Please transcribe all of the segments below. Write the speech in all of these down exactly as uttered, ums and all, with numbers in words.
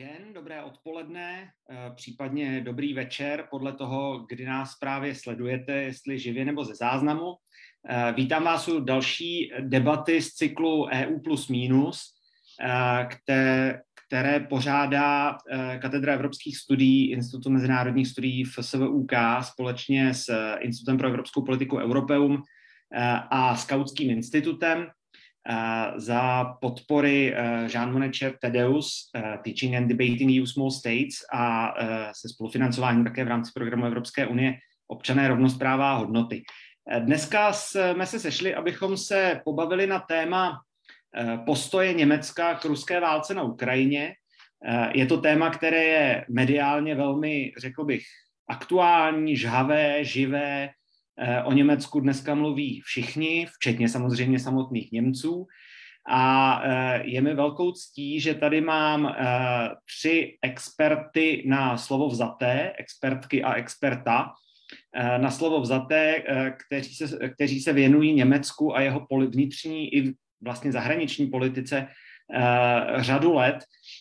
den, dobré odpoledne, případně dobrý večer, podle toho, kdy nás právě sledujete, jestli živě nebo ze záznamu. Vítám vás u další debaty z cyklu E U plus minus, které pořádá Katedra evropských studií Institutu mezinárodních studií F S V U K společně s Institutem pro evropskou politiku Europeum a Skautským institutem za podpory Jean Monnet Thaddeus, Teaching and Debating E U Small States a se spolufinancováním také v rámci programu Evropské unie Občané, rovnost, práva a hodnoty. Dneska jsme se sešli, abychom se pobavili na téma postoje Německa k ruské válce na Ukrajině. Je to téma, které je mediálně velmi, řekl bych, aktuální, žhavé, živé. O Německu dneska mluví všichni, včetně samozřejmě samotných Němců. A je mi velkou ctí, že tady mám tři experty na slovo vzaté, expertky a experta, na slovo vzaté, kteří se, kteří se věnují Německu a jeho vnitřní i vlastně zahraniční politice řadu let.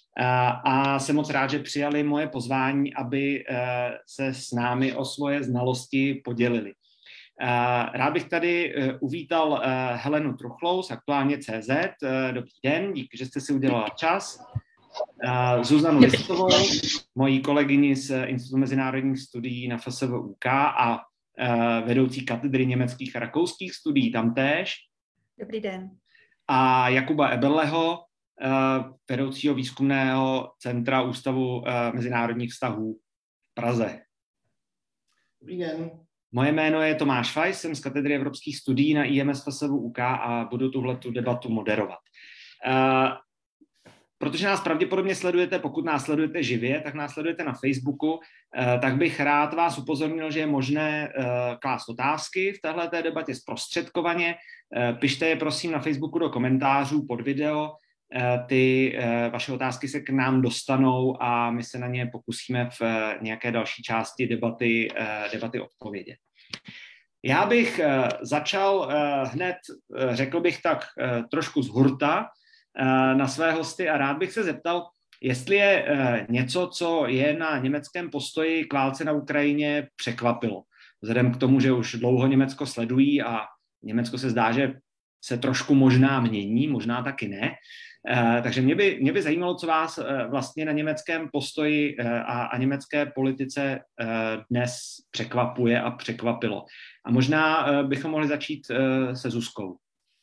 A jsem moc rád, že přijali moje pozvání, aby se s námi o svoje znalosti podělili. Rád bych tady uvítal Helenu Truchlou z Aktuálně tečka cé zet. Dobrý den, díky, že jste si udělala čas. Zuzanu Listovou, mojí kolegyni z Institutu mezinárodních studií na F S V U K a vedoucí katedry německých a rakouských studií tamtéž. Dobrý den. A Jakuba Eberleho, vedoucího výzkumného centra Ústavu mezinárodních vztahů v Praze. Dobrý den. Moje jméno je Tomáš Fajs, jsem z katedry evropských studií na I M S F S V U K a budu tuhletu debatu moderovat. Uh, protože nás pravděpodobně sledujete, pokud nás sledujete živě, tak nás sledujete na Facebooku, uh, tak bych rád vás upozornil, že je možné uh, klást otázky v téhleté debatě zprostředkovaně. Uh, pište je prosím na Facebooku do komentářů pod video. Ty vaše otázky se k nám dostanou a my se na ně pokusíme v nějaké další části debaty, debaty odpovědět. Já bych začal hned, řekl bych tak, trošku z hurta na své hosty a rád bych se zeptal, jestli je něco, co je na německém postoji k válce na Ukrajině překvapilo. Vzhledem k tomu, že už dlouho Německo sledují a Německo se zdá, že se trošku možná mění, možná taky ne. Uh, takže mě by, mě by zajímalo, co vás uh, vlastně na německém postoji uh, a, a německé politice uh, dnes překvapuje a překvapilo. A možná uh, bychom mohli začít uh, se Zuzkou.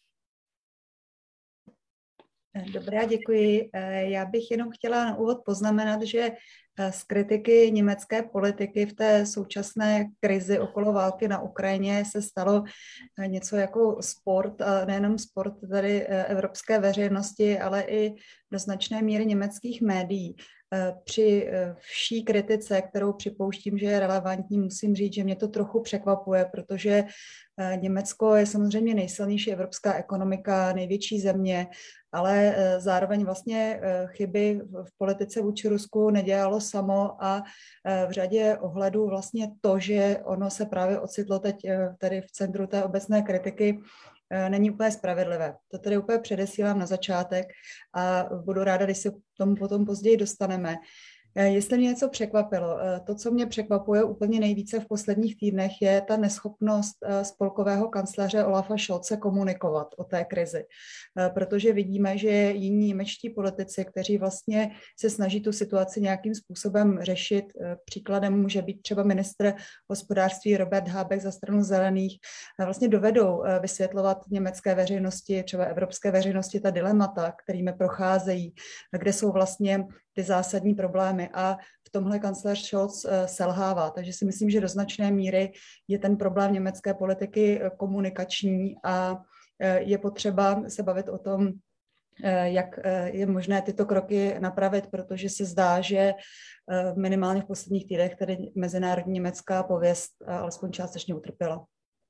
Dobrá, děkuji. Já bych jenom chtěla na úvod poznamenat, že z kritiky německé politiky v té současné krizi okolo války na Ukrajině se stalo něco jako sport, a nejenom sport tady evropské veřejnosti, ale i do značné míry německých médií. Při vší kritice, kterou připouštím, že je relevantní, musím říct, že mě to trochu překvapuje, protože Německo je samozřejmě nejsilnější evropská ekonomika, největší země, ale zároveň vlastně chyby v politice vůči Rusku nedělalo samo a v řadě ohledů vlastně to, že ono se právě ocitlo teď tady v centru té obecné kritiky, není úplně spravedlivé. To tedy úplně předesílám na začátek a budu ráda, když se k tomu potom později dostaneme. Jestli mě něco překvapilo, to, co mě překvapuje úplně nejvíce v posledních týdnech, je ta neschopnost spolkového kancléře Olafa Scholze komunikovat o té krizi. Protože vidíme, že jiní němečtí politici, kteří vlastně se snaží tu situaci nějakým způsobem řešit, příkladem může být třeba ministr hospodářství Robert Habeck za stranu zelených, vlastně dovedou vysvětlovat německé veřejnosti, třeba evropské veřejnosti ta dilemata, kterými procházejí, kde jsou vlastně ty zásadní problémy a v tomhle kancléř Scholz selhává. Takže si myslím, že do značné míry je ten problém německé politiky komunikační a je potřeba se bavit o tom, jak je možné tyto kroky napravit, protože se zdá, že minimálně v posledních týdnech tady mezinárodní německá pověst alespoň částečně utrpěla.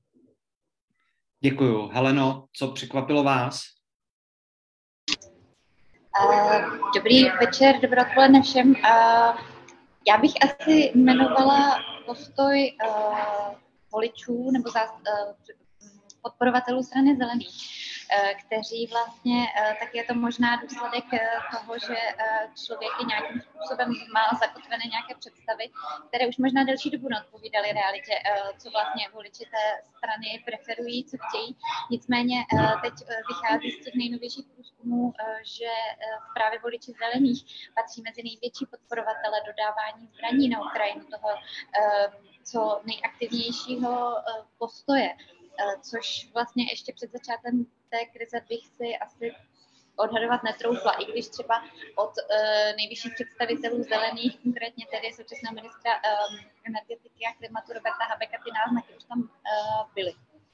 Děkuju. Heleno, co překvapilo vás? Uh, dobrý večer, dobré odpoledne všem. Uh, já bych asi jmenovala postoj uh, voličů nebo zás, uh, podporovatelů strany zelených. kteří vlastně, tak je to možná důsledek toho, že člověk je nějakým způsobem má zakotvené nějaké představy, které už možná delší dobu neodpovídaly realitě, co vlastně voliči té strany preferují, co chtějí. Nicméně teď vychází z těch nejnovějších průzkumů, že právě voliči zelených patří mezi největší podporovatele dodávání zbraní na Ukrajinu, toho co nejaktivnějšího postoje, což vlastně ještě před začátkem té krize bych si asi odhadovat netroufla, i když třeba od uh, nejvyšších představitelů zelených, konkrétně tedy současného ministra um, energetiky a klimatu Roberta Habecka, ty náznaky už tam uh, byly.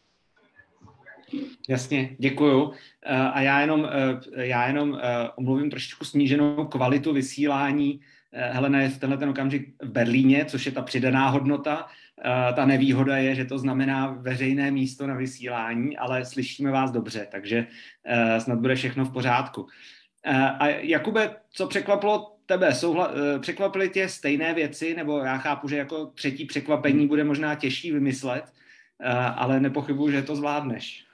Jasně, děkuju. Uh, a já jenom, uh, já jenom uh, omluvím trošičku sníženou kvalitu vysílání. Uh, Helena je v tenhle ten okamžik v Berlíně, což je ta přidaná hodnota. Uh, ta nevýhoda je, že to znamená veřejné místo na vysílání, ale slyšíme vás dobře, takže uh, snad bude všechno v pořádku. Uh, a Jakube, co překvapilo tebe? Souhla- uh, překvapily tě stejné věci, nebo já chápu, že jako třetí překvapení bude možná těžší vymyslet, uh, ale nepochybuju, že to zvládneš.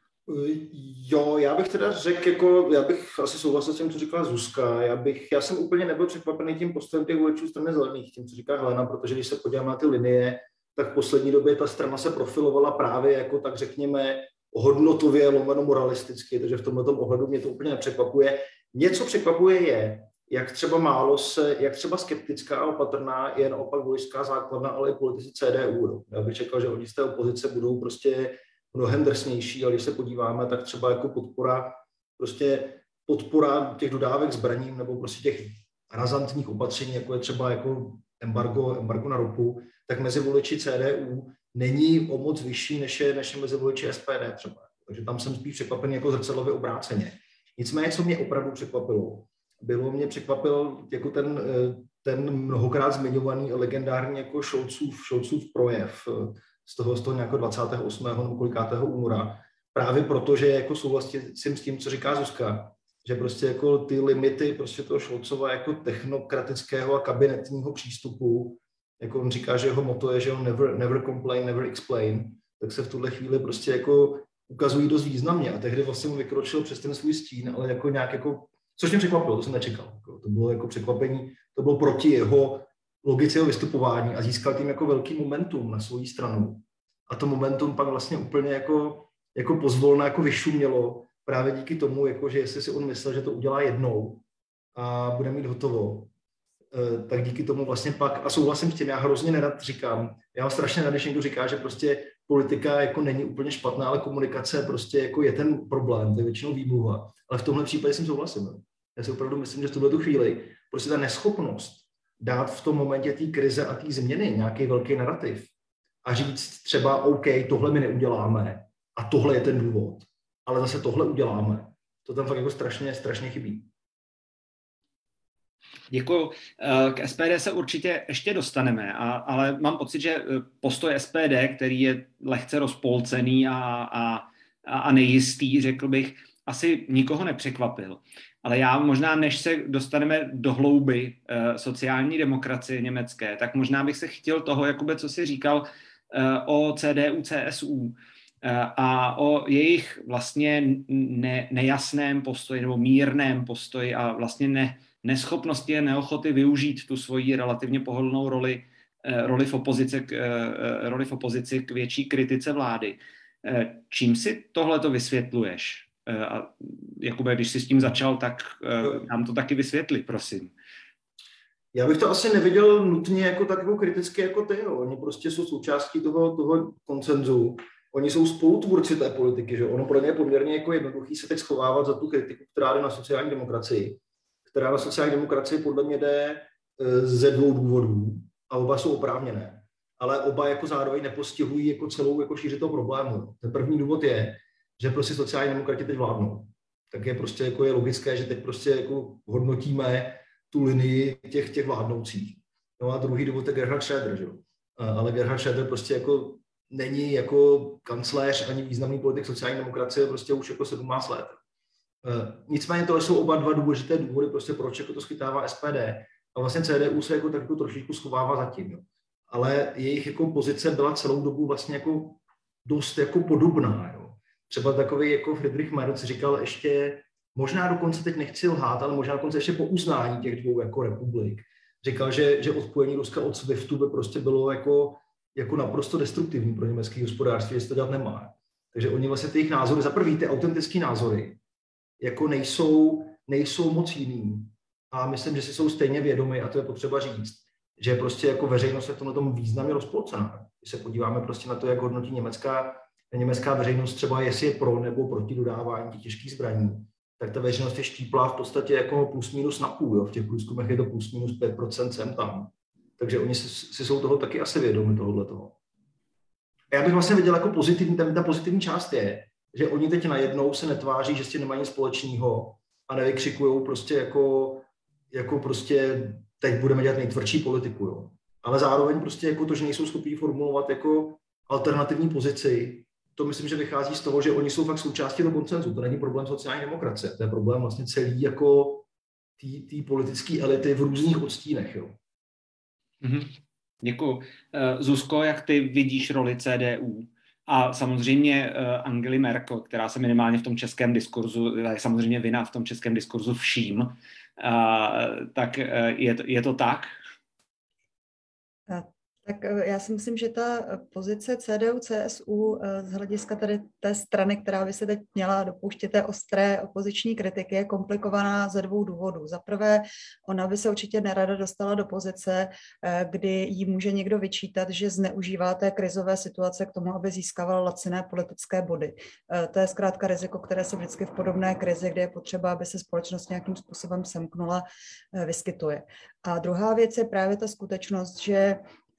Jo, já bych teda řekl, jako, já bych asi souhlasil s tím, co říkala Zuzka. Já, bych, já jsem úplně nebyl překvapený tím postojem těch voličů strany zelených, tím, co říká Helena, protože když se podíváme na ty linie, tak v poslední době ta strana se profilovala právě jako, tak řekněme, hodnotově, lomeno moralisticky, takže v tomto ohledu mě to úplně nepřekvapuje. Něco překvapuje je, jak třeba málo se, jak třeba skeptická a opatrná je naopak voličská základna, ale i politici C D U. Já bych čekal, že oni z té opozice budou prostě mnohem drsnější, ale když se podíváme, tak třeba jako podpora, prostě podpora těch dodávek zbraním nebo prostě těch razantních opatření, jako je třeba jako embargo, embargo na ropu, tak mezi voliči C D U není o moc vyšší, než je, než je mezi voliči S P D třeba. Takže tam jsem spíš překvapený jako zrcadlově obráceně. Nicméně, co mě opravdu překvapilo, bylo mě překvapil jako ten, ten mnohokrát zmiňovaný legendární jako Scholzův, Scholzův projev z toho, z toho nějakého dvacátého osmého nebo kolikátého února. Právě proto, že jako souhlasím s tím, co říká Zuzka, že prostě jako ty limity prostě toho Scholzova jako technokratického a kabinetního přístupu, jako on říká, že jeho motto je, že on never, never complain, never explain, tak se v tuhle chvíli prostě jako ukazují dost významně a tehdy vlastně mu vykročil přes ten svůj stín, ale jako nějak jako, což mě překvapilo, to jsem nečekal. To bylo jako překvapení, to bylo proti jeho logice jeho vystupování a získal tím jako velký momentum na svou stranu. A to momentum pak vlastně úplně jako, jako pozvolna jako vyšumělo právě díky tomu, jako, že jestli si on myslel, že to udělá jednou a bude mít hotovo, tak díky tomu vlastně pak, a souhlasím s tím, já hrozně nerad říkám, já mám strašně nerad, když někdo říká, že prostě politika jako není úplně špatná, ale komunikace prostě jako je ten problém, to je většinou výmluva. Ale v tomhle případě jsem souhlasím. Já si opravdu myslím, že v tuhle chvíli prostě ta neschopnost dát v tom momentě té krize a té změny nějaký velký narrativ a říct třeba OK, tohle my neuděláme a tohle je ten důvod, ale zase tohle uděláme. To tam fakt jako strašně, strašně chybí. Děkuju. K S P D se určitě ještě dostaneme, a, ale mám pocit, že postoj S P D, který je lehce rozpolcený a, a, a nejistý, řekl bych, asi nikoho nepřekvapil. Ale já možná, než se dostaneme do hlouby uh, sociální demokracie německé, tak možná bych se chtěl toho, Jakube, co jsi říkal uh, o C D U, C S U uh, a o jejich vlastně ne, nejasném postoji nebo mírném postoji a vlastně ne, neschopnosti a neochoty využít tu svoji relativně pohodlnou roli, uh, roli, v opozici k, uh, roli v opozici k větší kritice vlády. Uh, čím si tohleto vysvětluješ? A Jakube, když jsi s tím začal, tak uh, nám to taky vysvětli, prosím. Já bych to asi neviděl nutně jako tak jako kriticky jako ty. Jo. Oni prostě jsou součástí toho, toho konsenzu. Oni jsou spolutvůrci té politiky. Že? Ono pro ně je poměrně jako jednoduchý se teď schovávat za tu kritiku, která jde na sociální demokracii. Která na sociální demokracii podle mě jde ze dvou důvodů a oba jsou oprávněné. Ale oba jako zároveň nepostihují jako celou jako šíři toho problému. Ten první důvod je, že prostě sociální demokrati teď vládnou. Tak je prostě jako je logické, že teď prostě jako hodnotíme tu linii těch, těch vládnoucích. No a druhý důvod je Gerhard Schröder, že jo. Ale Gerhard Schröder prostě jako není jako kancléř ani významný politik sociální demokracie prostě už jako sedmnáct let. Nicméně to jsou oba dva důležité důvody, prostě proč jako to schytává S P D. A vlastně C D U se jako tak jako trošičku schovává zatím. Jo. Ale jejich jako pozice byla celou dobu vlastně jako dost jako podobná. Jo. třeba takový jako Friedrich Merz říkal ještě, možná dokonce teď nechci lhát, ale možná dokonce ještě po uznání těch dvou jako republik, říkal, že, že odpojení Ruska od SWIFTu by prostě bylo jako, jako naprosto destruktivní pro německé hospodářství, že se to dělat nemá. Takže oni vlastně ty jejich názory, za prvý ty autentické názory, jako nejsou, nejsou moc jiný. A myslím, že si jsou stejně vědomi, a to je potřeba říct, že prostě jako veřejnost je v tomhle tomu významně rozpolcená. Když se podíváme prostě na to, jak hodnotí německá, německá veřejnost, třeba jestli je pro nebo proti dodávání těch těžkých zbraní, tak ta veřejnost je štíplá v podstatě jako plus minus na půl. Jo. V těch průzkumech je to plus minus pět procent sem tam. Takže oni si, si jsou toho taky asi vědomi tohohletoho. A já bych vlastně viděl jako pozitivní, ta, ta pozitivní část je, že oni teď najednou se netváří, že s tím nemají nic společného a nevykřikujou prostě jako, jako prostě teď budeme dělat nejtvrdší politiku. Jo. Ale zároveň prostě jako to, že nejsou schopni formulovat jako alternativní pozici, to myslím, že vychází z toho, že oni jsou fakt součástí toho konsenzu. To není problém sociální demokracie, to je problém vlastně celý jako té politické elity v různých odstínech. Jo. Mm-hmm. Děkuju. Zuzko, jak ty vidíš roli C D U? A samozřejmě Angely Merkel, která se minimálně v tom českém diskurzu, je samozřejmě vina v tom českém diskurzu vším, tak je to, je to tak? Tak já si myslím, že ta pozice C D U C S U z hlediska tady té strany, která by se teď měla dopouštět té ostré opoziční kritiky, je komplikovaná ze dvou důvodů. Za prvé, ona by se určitě nerada dostala do pozice, kdy jí může někdo vyčítat, že zneužívá té krizové situace k tomu, aby získávala laciné politické body. To je zkrátka riziko, které se vždycky v podobné krizi, kde je potřeba, aby se společnost nějakým způsobem semknula, vyskytuje. A druhá věc je právě ta skutečnost, že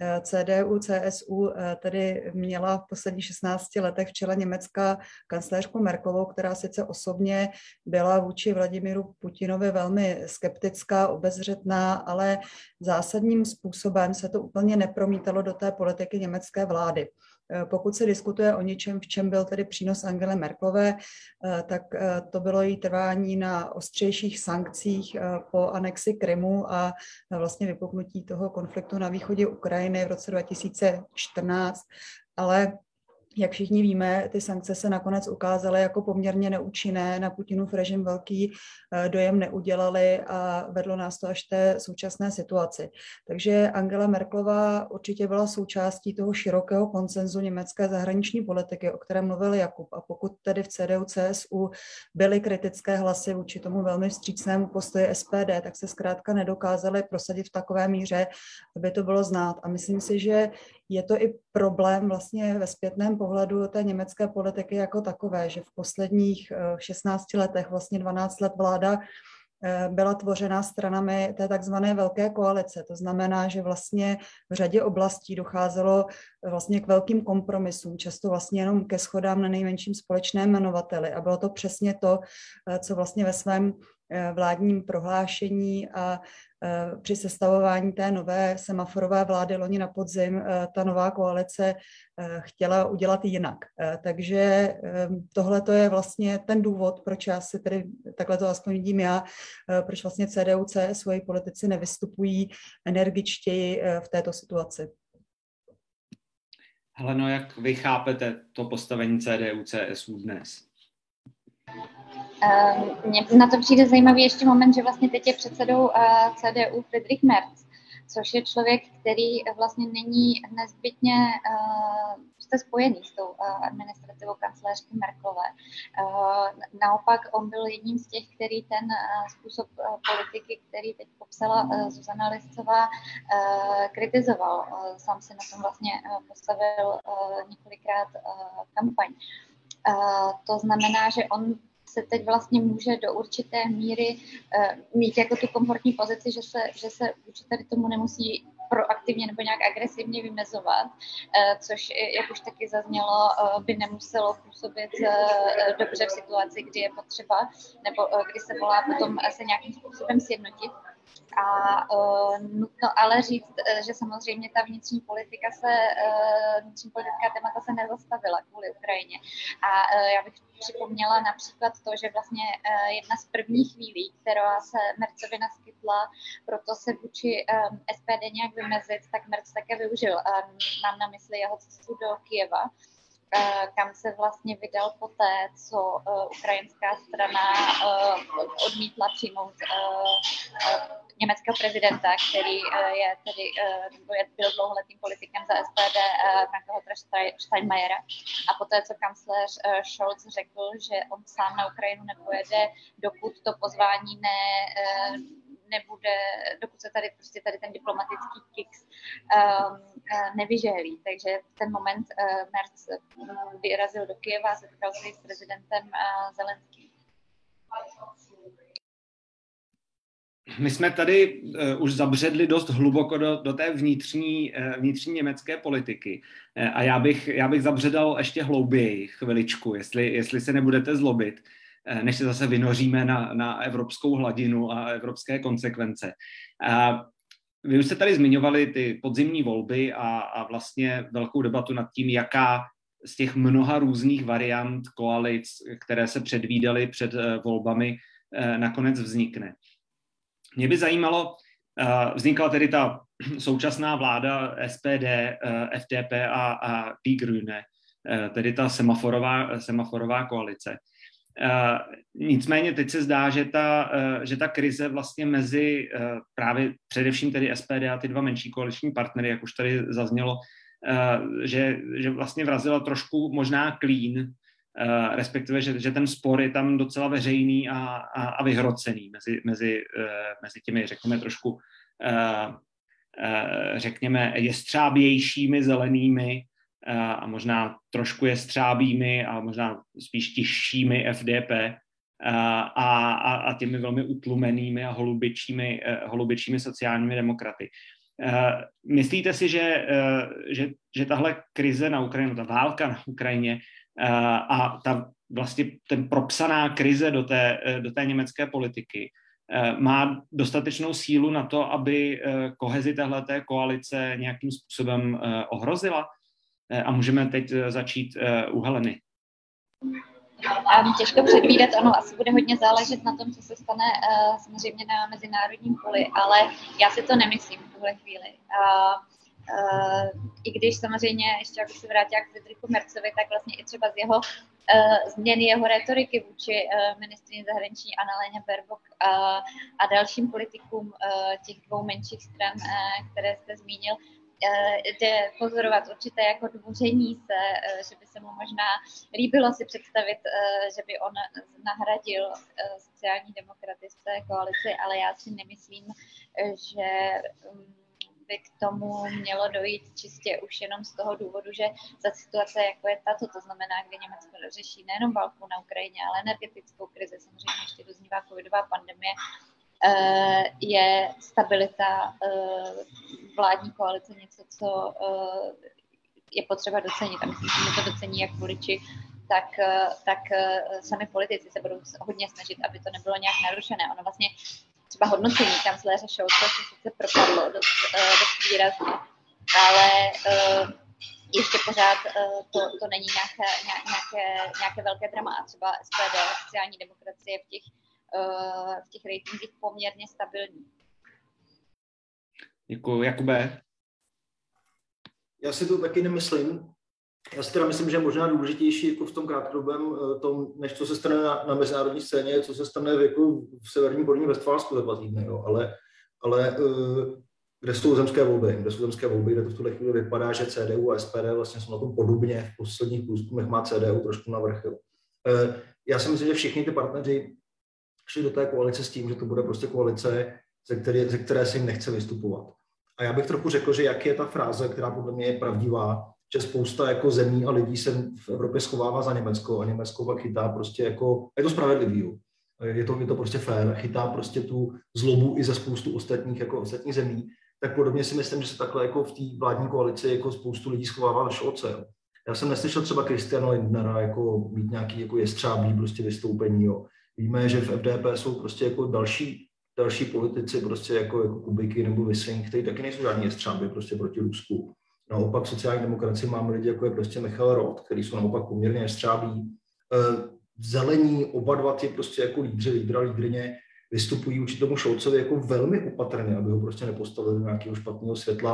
C D U, C S U tedy měla v posledních šestnácti letech v čele Německa kancléřku Merkelovou, která sice osobně byla vůči Vladimíru Putinovi velmi skeptická, obezřetná, ale zásadním způsobem se to úplně nepromítalo do té politiky německé vlády. Pokud se diskutuje o něčem, v čem byl tedy přínos Angely Merkelové, tak to bylo její trvání na ostřejších sankcích po anexi Krymu a vlastně vypuknutí toho konfliktu na východě Ukrajiny v roce dva tisíce čtrnáct, ale jak všichni víme, ty sankce se nakonec ukázaly jako poměrně neúčinné, na Putinův režim velký dojem neudělali a vedlo nás to až té současné situaci. Takže Angela Merkelová určitě byla součástí toho širokého konsenzu německé zahraniční politiky, o kterém mluvil Jakub. A pokud tedy v C D U C S U byly kritické hlasy vůči tomu velmi vstřícnému postoji S P D, tak se zkrátka nedokázali prosadit v takové míře, aby to bylo znát. A myslím si, že je to i problém vlastně ve zpětném pohledu té německé politiky jako takové, že v posledních šestnácti letech, vlastně dvanáct let vláda byla tvořena stranami té takzvané velké koalice. To znamená, že vlastně v řadě oblastí docházelo vlastně k velkým kompromisům, často vlastně jenom ke shodám na nejmenším společném jmenovateli. A bylo to přesně to, co vlastně ve svém vládním prohlášení a při sestavování té nové semaforové vlády loni na podzim ta nová koalice chtěla udělat jinak. Takže tohle to je vlastně ten důvod, proč já si tedy, takhle to aspoň vidím já, proč vlastně C D U, C S U, svoji politici nevystupují energičtěji v této situaci. Heleno, jak vy chápete to postavení C D U, C S U dnes? Mně na to přijde zajímavý ještě moment, že vlastně teď je předsedou C D U Friedrich Merz, což je člověk, který vlastně není nezbytně uh, spojený s tou uh, administrativou kancléřky Merkelové. Uh, naopak on byl jedním z těch, který ten uh, způsob uh, politiky, který teď popsala uh, Zuzana Liscová, uh, kritizoval. Uh, sám se na tom vlastně uh, postavil uh, několikrát uh, kampaň. Uh, to znamená, že on se teď vlastně může do určité míry uh, mít jako tu komfortní pozici, že se, že se vůči tady tomu nemusí proaktivně nebo nějak agresivně vymezovat, uh, což, jak už taky zaznělo, uh, by nemuselo působit uh, dobře v situaci, kdy je potřeba, nebo uh, kdy se volá potom se nějakým způsobem sjednotit. A uh, nutno ale říct, že samozřejmě ta vnitřní politika se, uh, vnitřní politická témata se nezastavila kvůli Ukrajině. A uh, já bych připomněla například to, že vlastně uh, jedna z prvních chvílí, která se Mercovi naskytla, proto se vůči um, S P D nějak vymezit, tak Merc také využil. Um, mám na mysli jeho cestu do Kyjeva, kam se vlastně vydal poté, co ukrajinská strana odmítla přijmout německého prezidenta, který je tedy, byl dlouholetým politikem za S P D Franka-Waltera Steinmeiera. A poté, co kancléř Scholz řekl, že on sám na Ukrajinu nepojede, dokud to pozvání ne, nebude, dokud se tady prostě tady ten diplomatický kiks um, nevyžehlí. Takže v ten moment uh, Merz vyrazil do Kyjeva a setkal se s prezidentem uh, Zelenským. My jsme tady uh, už zabředli dost hluboko do, do té vnitřní, uh, vnitřní německé politiky. Uh, a já bych, já bych zabředal ještě hlouběji chviličku, jestli, jestli se nebudete zlobit, uh, než se zase vynoříme na, na evropskou hladinu a evropské konsekvence. Uh, vy už jste tady zmiňovali ty podzimní volby a, a vlastně velkou debatu nad tím, jaká z těch mnoha různých variant koalic, které se předvídaly před uh, volbami, uh, nakonec vznikne. Mě by zajímalo, vznikla tedy ta současná vláda S P D, F D P a, a Die Grüne, tedy ta semaforová, semaforová koalice. Nicméně teď se zdá, že ta, že ta krize vlastně mezi právě především tedy S P D a ty dva menší koaliční partnery, jak už tady zaznělo, že, že vlastně vrazila trošku možná klín, Uh, respektive, že, že ten spor je tam docela veřejný a, a, a vyhrocený mezi, mezi, uh, mezi těmi, řekněme, trošku, uh, uh, řekněme, jestřábějšími zelenými uh, a možná trošku jestřábými a možná spíš tižšími F D P uh, a, a, a těmi velmi utlumenými a holubičími, uh, holubičími sociálními demokraty. Uh, myslíte si, že, uh, že, že tahle krize na Ukrajinu, ta válka na Ukrajině a ta vlastně ten propsaná krize do té, do té německé politiky má dostatečnou sílu na to, aby kohezi téhleté koalice nějakým způsobem ohrozila? A můžeme teď začít u Heleny. Těžko předvídat, ano, asi bude hodně záležet na tom, co se stane samozřejmě na mezinárodním poli, ale já si to nemyslím v tuhle chvíli. Uh, i když samozřejmě, ještě abych se vrátila k Friedrichu Merzovi, tak vlastně i třeba z jeho uh, změny jeho retoriky vůči uh, ministryni zahraničí Annaleně Baerbock uh, a dalším politikům uh, těch dvou menších stran, uh, které jste zmínil, uh, jde pozorovat určité jako dvoření se, uh, že by se mu možná líbilo si představit, uh, že by on nahradil uh, sociální demokratické koalici, ale já si nemyslím, uh, že um, by k tomu mělo dojít čistě už jenom z toho důvodu, že za situace, jako je tato, to znamená, kde Německo řeší nejenom válku na Ukrajině, ale energetickou krizi, samozřejmě ještě doznívá covidová pandemie, je stabilita vládní koalice něco, co je potřeba docenit. A myslím, že to docení jak voliči, tak, tak sami politici se budou hodně snažit, aby to nebylo nějak narušené. Ono vlastně třeba hodnocení kancléře Scholze se sice propadlo dost, dost výrazně, ale uh, ještě pořád uh, to, to není nějaké, nějaké, nějaké velké drama. A třeba S P D, sociální demokracie v těch, uh, v těch ratingích poměrně stabilní. Děkuji. Jakube? Já si to taky nemyslím. Já si teda myslím, že možná důležitější jako v tom krátkodobém tom, než co se stane na, na mezinárodní scéně, co se stane v, jako v severní Porní Vestfálsku za dva týdny, jo. Ale, ale uh, kde jsou zemské volby, kde jsou zemské volby, kde to v tuhle chvíli vypadá, že C D U a S P D vlastně jsou na tom podobně, v posledních průzkumech má C D U trošku navrch. Uh, já si myslím, že všichni ty partneři šli do té koalice s tím, že to bude prostě koalice, ze které, ze které se jim nechce vystupovat. A já bych trochu řekl, že jak je ta fráze, která podle mě je pravdivá, že spousta jako zemí a lidí se v Evropě schovává za Německo a Německo pak chytá prostě jako, je to spravedlivý, jo. Je to, je to prostě fér, chytá prostě tu zlobu i za spoustu ostatních, jako ostatních zemí, tak podobně si myslím, že se takhle jako v té vládní koalici jako spoustu lidí schovává za Scholze, jo. Já jsem neslyšel třeba Christiana Lindnera jako mít nějaký jako jestřábí prostě vystoupení, jo. Víme, že v F D P jsou prostě jako další, další politici prostě jako, jako Kubiky nebo Wissing, kteří taky nejsou žádní jestřáby prostě proti Rusku. Naopak v sociální demokracii máme lidi, jako je prostě Michal Roth, který jsou naopak poměrně jestřábí. Zelení, oba dva ty prostě jako lídři, lídra, lídrině vystupují vůči tomu Scholzovi jako velmi opatrně, aby ho prostě nepostavili do nějakého špatného světla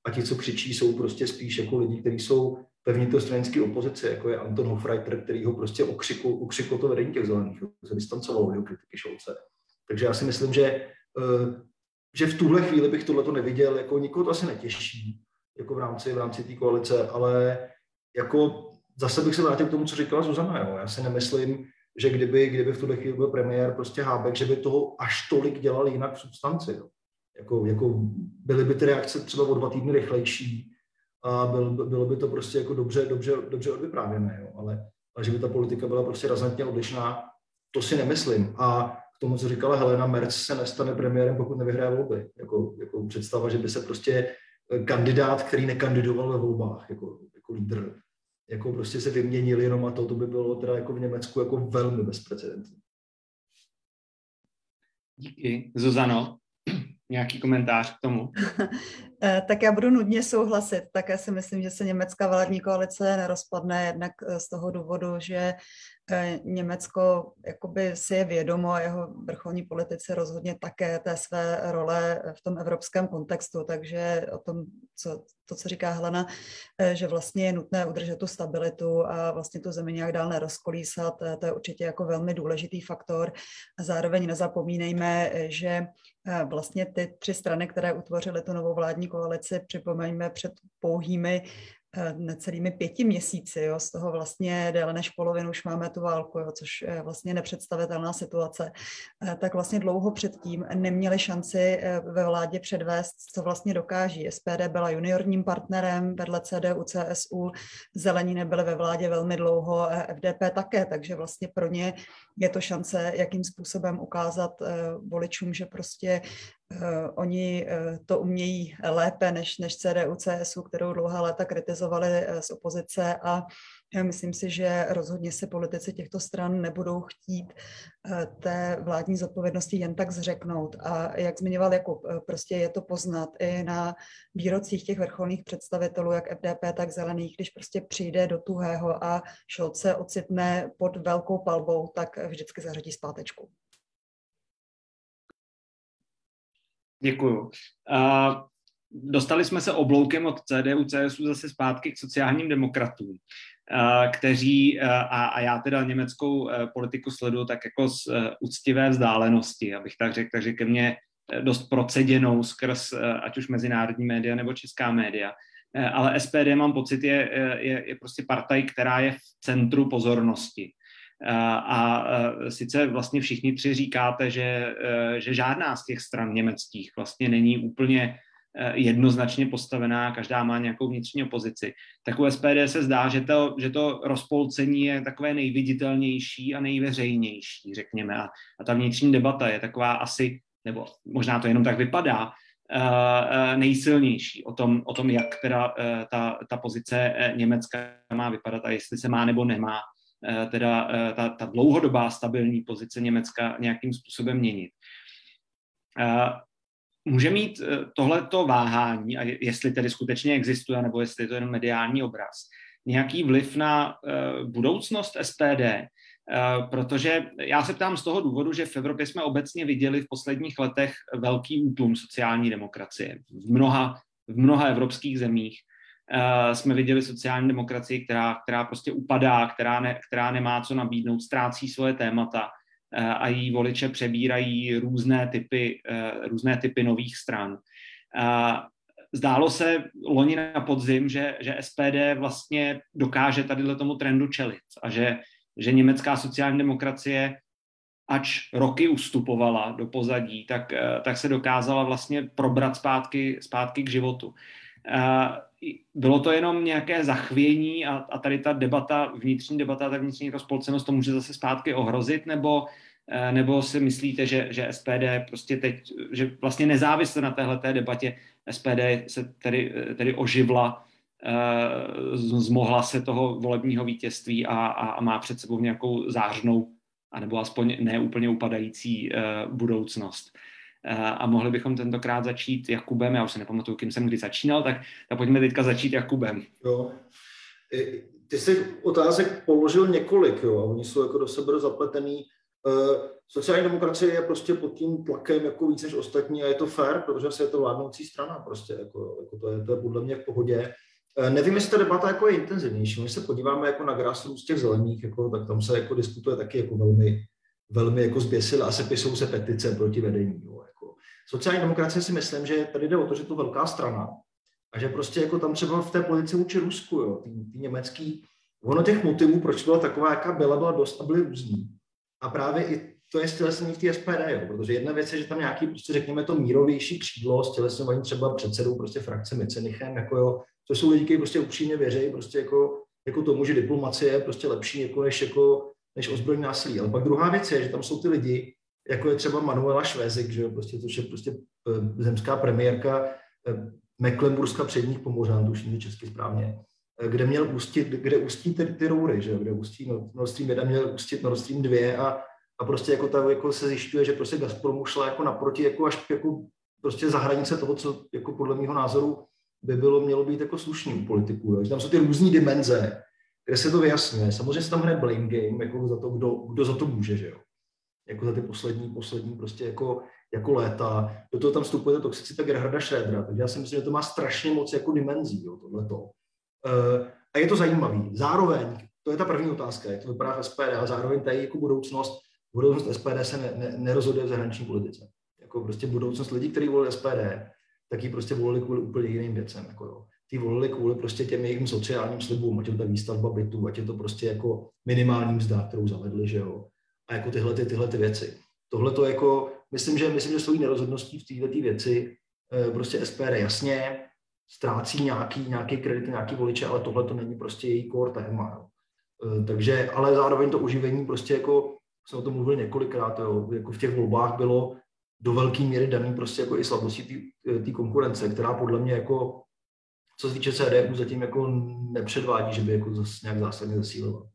a ti, co křičí, jsou prostě spíš jako lidi, kteří jsou pevně to stranické opozice, jako je Anton Hofreiter, který ho prostě okřikl, okřikl to vedení těch zelených, se distancovalo jeho kritiky Scholze. Takže já si myslím, že, že v tuhle chvíli bych tohleto neviděl, jako nikoho to asi netěší, jako v rámci, v rámci té koalice, ale jako zase bych se vrátil k tomu, co říkala Zuzana. Jo. Já si nemyslím, že kdyby, kdyby v tuhle chvíli byl premiér prostě Habeck, že by toho až tolik dělal jinak v substanci. Jo. Jako, jako byly by ty reakce třeba o dva týdny rychlejší a byl, bylo by to prostě jako dobře, dobře, dobře odvyprávěné, jo. Ale, ale že by ta politika byla prostě razantně odlišná, to si nemyslím. A k tomu, co říkala Helena, Merz se nestane premiérem, pokud nevyhraje volby. Jako, jako představa, že by se prostě kandidát, který nekandidoval ve volbách, jako, jako lídr, jako prostě se vyměnili jenom a to, to by bylo teda jako v Německu jako velmi bezprecedentní. Díky. Zuzano, nějaký komentář k tomu? Tak já budu nudně souhlasit. Také si myslím, že se německá vládní koalice nerozpadne jednak z toho důvodu, že Německo jakoby si je vědomo a jeho vrcholní politici rozhodně také té své role v tom evropském kontextu, takže o tom, co, to, co říká Helena, že vlastně je nutné udržet tu stabilitu a vlastně tu zemi nějak dál nerozkolísat, to je určitě jako velmi důležitý faktor. Zároveň nezapomínejme, že vlastně ty tři strany, které utvořily tu novou vládní koalici, připomeňme před pouhými necelými pěti měsíci, jo, z toho vlastně déle než polovinu už máme tu válku, jo, což je vlastně nepředstavitelná situace, tak vlastně dlouho předtím neměli šanci ve vládě předvést, co vlastně dokáží. S P D byla juniorním partnerem, vedle C D U, C S U, zelení nebyly ve vládě velmi dlouho, F D P také, takže vlastně pro ně je to šance, jakým způsobem ukázat voličům, že prostě Uh, oni uh, to umějí lépe než, než C D U, C S U, kterou dlouhá léta kritizovali uh, z opozice a já myslím si, že rozhodně se politici těchto stran nebudou chtít uh, té vládní zodpovědnosti jen tak zřeknout. A jak zmiňoval Jakub, uh, prostě je to poznat i na výrocích těch vrcholných představitelů, jak F D P, tak zelených, když prostě přijde do tuhého a Scholz se ocitne pod velkou palbou, tak vždycky zařadí zpátečku. Děkuju. Uh, dostali jsme se obloukem od C D U, C S U zase zpátky k sociálním demokratům, uh, kteří, uh, a, a já teda německou uh, politiku sleduju tak jako z uh, úctivé vzdálenosti, abych tak řekl, takže ke mně dost proceděnou skrz uh, ať už mezinárodní média nebo česká média. Uh, ale S P D, mám pocit, je, je, je prostě partaj, která je v centru pozornosti. A sice vlastně všichni tři říkáte, že, že žádná z těch stran německých vlastně není úplně jednoznačně postavená, každá má nějakou vnitřní opozici, tak u S P D se zdá, že to, že to rozpolcení je takové nejviditelnější a nejveřejnější, řekněme. A, a ta vnitřní debata je taková asi, nebo možná to jenom tak vypadá, nejsilnější o tom, o tom jak teda ta, ta pozice Německa má vypadat a jestli se má nebo nemá teda ta, ta dlouhodobá stabilní pozice Německa nějakým způsobem měnit. Může mít tohleto váhání, a jestli tedy skutečně existuje, nebo jestli je to jen mediální obraz, nějaký vliv na budoucnost S P D, protože já se ptám z toho důvodu, že v Evropě jsme obecně viděli v posledních letech velký útlum sociální demokracie. V mnoha, v mnoha evropských zemích Uh, jsme viděli sociální demokracii, která, která prostě upadá, která, ne, která nemá co nabídnout, ztrácí svoje témata uh, a její voliče přebírají různé typy, uh, různé typy nových stran. Uh, zdálo se loni na podzim, že, že S P D vlastně dokáže tadyhle tomu trendu čelit a že, že německá sociální demokracie, ač roky ustupovala do pozadí, tak, uh, tak se dokázala vlastně probrat zpátky, zpátky k životu. Uh, bylo to jenom nějaké zachvění a, a tady ta debata, vnitřní debata, ta vnitřní rozpolcenost to může zase zpátky ohrozit, nebo, uh, nebo si myslíte, že, že S P D prostě teď, že vlastně nezávisle na téhleté debatě S P D se tedy, tedy oživla, uh, zmohla se toho volebního vítězství a, a, a má před sebou nějakou zářnou, anebo aspoň neúplně upadající uh, budoucnost. A mohli bychom tentokrát začít Jakubem, já už se nepamatuju, kým jsem kdy začínal, tak, tak pojďme teďka začít Jakubem. Jo. Ty jsi otázek položil několik, jo, a oni jsou jako do sebe zapletený. Sociální demokracie je prostě pod tím tlakem jako víc než ostatní a je to fair, protože se je to vládnoucí strana prostě, jako, jako to, je, to je podle mě v pohodě. Nevím, jestli ta debata jako je intenzivnější. Když se podíváme jako na grassroots těch zelených, jako, tak tam se jako diskutuje taky jako velmi, velmi jako zběsile a sepisou se petice proti vedení. Jo, jako. Sociální demokracie si myslím, že tady jde o to, že to je velká strana a že prostě jako tam třeba v té politice vůči Rusku, jo, tý, tý německý, ono těch motivů, proč byla taková, jaká byla, byla dost a byly různý. A právě i to je stělesnění v té S P D, jo, protože jedna věc je, že tam nějaký, prostě řekněme, to mírovější křídlo, stělesňovaní třeba předsedou prostě frakce Mützenichem, jako jo, to jsou lidi, kteří prostě upřímně věří, prostě jako, jako tomu, že diplomacie je prostě lepší jako než, jako, než ozbrojené násilí. Ale pak druhá věc je, že tam jsou ty lidi, jako je třeba Manuela Švézik, že jo, prostě, což je prostě zemská premiérka Mecklenburska předních Pomořan, tuším česky správně, kde měl ústit, kde ústí ty, ty roury, že jo, kde ústí Nord Stream jedna, měl ústit Nord Stream dva a, a prostě jako, ta, jako se zjišťuje, že prostě Gazpromu šla jako naproti jako až jako prostě za hranice toho, co jako podle mého názoru by bylo, mělo být jako slušný politiků. Jo. Tam jsou ty různý dimenze, kde se to vyjasňuje. Samozřejmě se tam hraje blame game, jako za to, kdo, kdo za to může, že jo. Jako za ty poslední, poslední prostě jako, jako léta. Do toho tam vstupuje toxicita Gerharda Schrödera, takže já si myslím, že to má strašně moc jako dimenzí, jo, tohleto. Uh, a je to zajímavý. Zároveň, to je ta první otázka, jak to vypadá v S P D, a zároveň tady jako budoucnost, budoucnost S P D se ne, ne, nerozhoduje v zahraniční politice. Jako prostě budoucnost lidí, kteří volili S P D, tak ji prostě volili kvůli úplně jiným věcem. Jako jo. Ty volili kvůli prostě těm jejich sociálním slibům, ať je to ta výstavba bytů, ať je to prostě jako minimální mzda, kterou zavedli, že jo. A jako tyhle, ty, tyhle ty věci. Tohle to jako, myslím, že, myslím, že svojí nerozhodností v této věci prostě S P D jasně ztrácí nějaký, nějaký kredit, nějaký voliče, ale tohle to není prostě její core téma. Jo. Takže, ale zároveň to oživení prostě jako, jsem o tom mluvil několikrát, jo, jako v těch volbách bylo do velké míry daný prostě jako i slabostí té konkurence, která podle mě jako, co se týče C D U, zatím jako nepředvádí, že by jako zas nějak zásadně zasílila.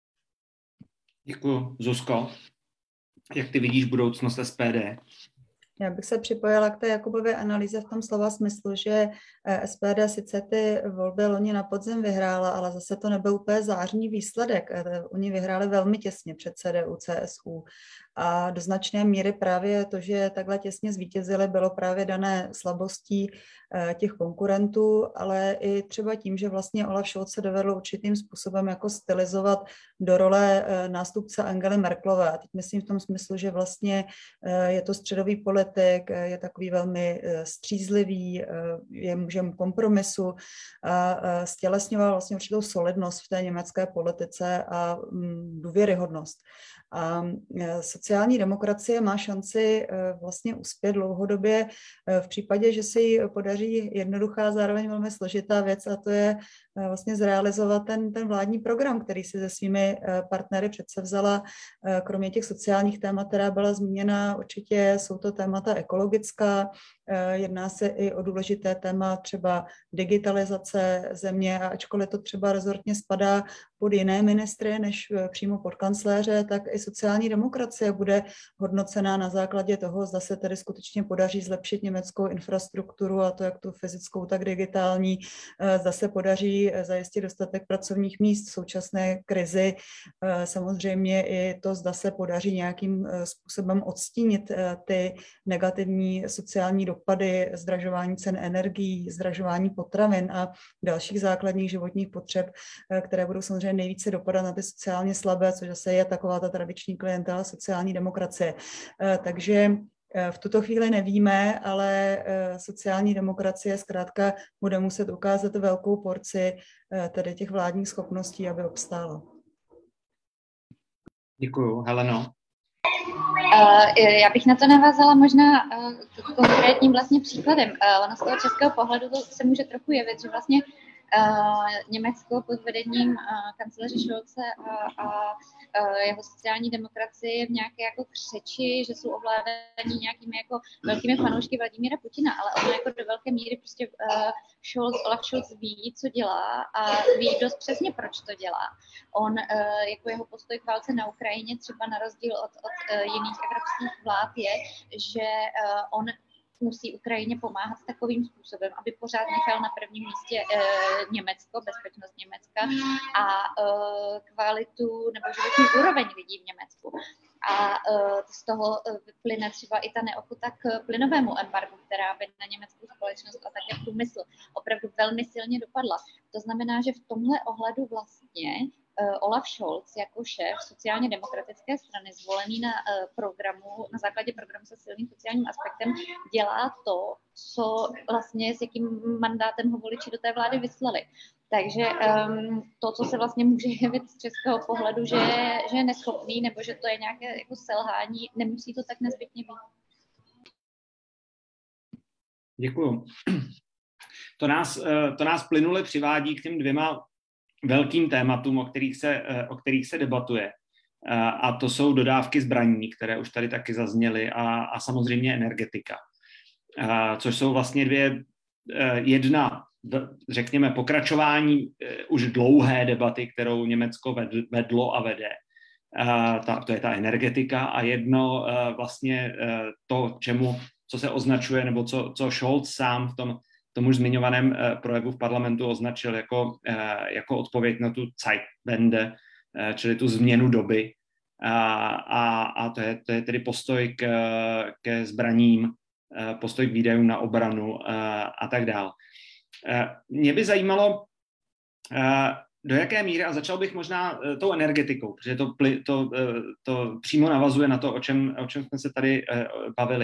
Děkuju. Zuzko, jak ty vidíš budoucnost S P D? Já bych se připojila k té Jakubově analýze v tom slova smyslu, že S P D sice ty volby loni na podzim vyhrála, ale zase to nebyl úplně zářný výsledek. Oni vyhráli velmi těsně před C D U, C S U. A do značné míry právě to, že takhle těsně zvítězili, bylo právě dané slabostí těch konkurentů, ale i třeba tím, že vlastně Olaf Scholz se dovedl určitým způsobem jako stylizovat do role nástupce Angely Merkelové. Teď myslím v tom smyslu, že vlastně je to středový politik, je takový velmi střízlivý, je mužem kompromisu a stělesňoval vlastně určitou solidnost v té německé politice a důvěryhodnost. A sociální demokracie má šanci vlastně uspět dlouhodobě v případě, že se jí podaří jednoduchá, zároveň velmi složitá věc, a to je vlastně zrealizovat ten, ten vládní program, který si se svými partnery předsevzala. Kromě těch sociálních témat, která byla zmíněna, určitě jsou to témata ekologická, jedná se i o důležité téma třeba digitalizace země, a ačkoliv to třeba rezortně spadá pod jiné ministry než přímo pod kancléře, tak i sociální demokracie bude hodnocená na základě toho, zda se tedy skutečně podaří zlepšit německou infrastrukturu, a to jak tu fyzickou, tak digitální, zda se podaří zajistit dostatek pracovních míst v současné krizi. Samozřejmě i to, zda se podaří nějakým způsobem odstínit ty negativní sociální dopady zdražování cen energií, zdražování potravin a dalších základních životních potřeb, které budou samozřejmě nejvíce dopadat na ty sociálně slabé, což zase je taková ta tradiční klientela sociální demokracie. Takže v tuto chvíli nevíme, ale sociální demokracie zkrátka bude muset ukázat velkou porci tedy těch vládních schopností, aby obstála. Děkuju. Heleno? Já bych na to navázala možná konkrétním vlastně příkladem. Ono z toho českého pohledu to se může trochu jevit, že vlastně Uh, Německo pod vedením uh, kancléře Scholze a, a uh, jeho sociální demokracie v nějaké jako křeči, že jsou ovládaní nějakými jako velkými fanoušky Vladimíra Putina, ale ono jako do velké míry prostě uh, Scholz, Olaf Scholz ví, co dělá, a ví dost přesně, proč to dělá. On uh, jako jeho postoj k válce na Ukrajině třeba na rozdíl od, od uh, jiných evropských vlád je, že uh, on musí Ukrajině pomáhat takovým způsobem, aby pořád nechal na prvním místě e, Německo, bezpečnost Německa a e, kvalitu nebo životní úroveň lidí v Německu. A e, z toho vyplyne třeba i ta neochota k plynovému embargu, která by na německou společnost a také průmysl opravdu velmi silně dopadla. To znamená, že v tomhle ohledu vlastně Olaf Scholz jako šéf sociálně demokratické strany zvolený na programu, na základě programu se silným sociálním aspektem, dělá to, co vlastně s jakým mandátem ho voliči do té vlády vyslali. Takže um, to, co se vlastně může jevit z českého pohledu, že, že je neschopný nebo že to je nějaké jako selhání, nemusí to tak nezbytně být. Děkuju. To nás, to nás plynule přivádí k těm dvěma velkým tématům, o kterých se, o kterých se debatuje. A to jsou dodávky zbraní, které už tady taky zazněly, a, a samozřejmě energetika. A což jsou vlastně dvě, jedna, řekněme, pokračování už dlouhé debaty, kterou Německo vedlo a vede. A ta, to je ta energetika, a jedno vlastně to, čemu, co se označuje, nebo co, co Scholz sám v tom tomu už zmiňovaném projevu v parlamentu označil jako, jako odpověď na tu Zeitwende, čili tu změnu doby. A, a, a to, je, to je tedy postoj k, ke zbraním, postoj k výdajům na obranu a, a tak dále. Mě by zajímalo, do jaké míry, a začal bych možná tou energetikou, protože to, to, to přímo navazuje na to, o čem, o čem jsme se tady bavili.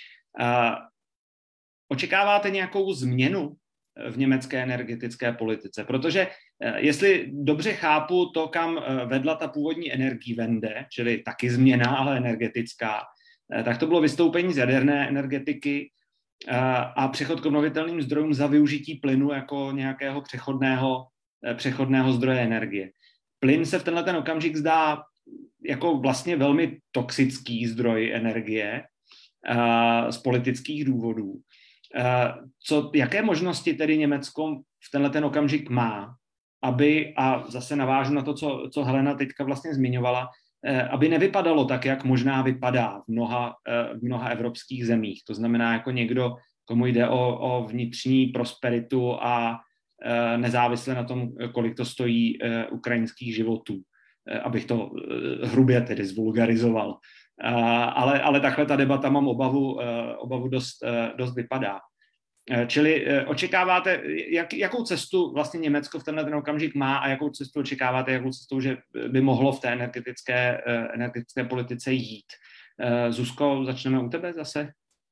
Očekáváte nějakou změnu v německé energetické politice? Protože jestli dobře chápu to, kam vedla ta původní Energiewende, čili taky změna, ale energetická, tak to bylo vystoupení z jaderné energetiky a přechod k obnovitelným zdrojům za využití plynu jako nějakého přechodného, přechodného zdroje energie. Plyn se v tenhle ten okamžik zdá jako vlastně velmi toxický zdroj energie z politických důvodů. Co, jaké možnosti tedy Německo v tenhle ten okamžik má, aby, a zase navážu na to, co, co Helena teďka vlastně zmiňovala, aby nevypadalo tak, jak možná vypadá v mnoha, v mnoha evropských zemích. To znamená jako někdo, komu jde o, o vnitřní prosperitu a nezávisle na tom, kolik to stojí ukrajinských životů, abych to hrubě tedy zvulgarizoval. Ale, ale takhle ta debata, mám obavu, obavu dost, dost vypadá. Čili očekáváte, jak, jakou cestu vlastně Německo v tenhle ten okamžik má a jakou cestu očekáváte, jakou cestou, že by mohlo v té energetické, energetické politice jít? Zuzko, začneme u tebe zase.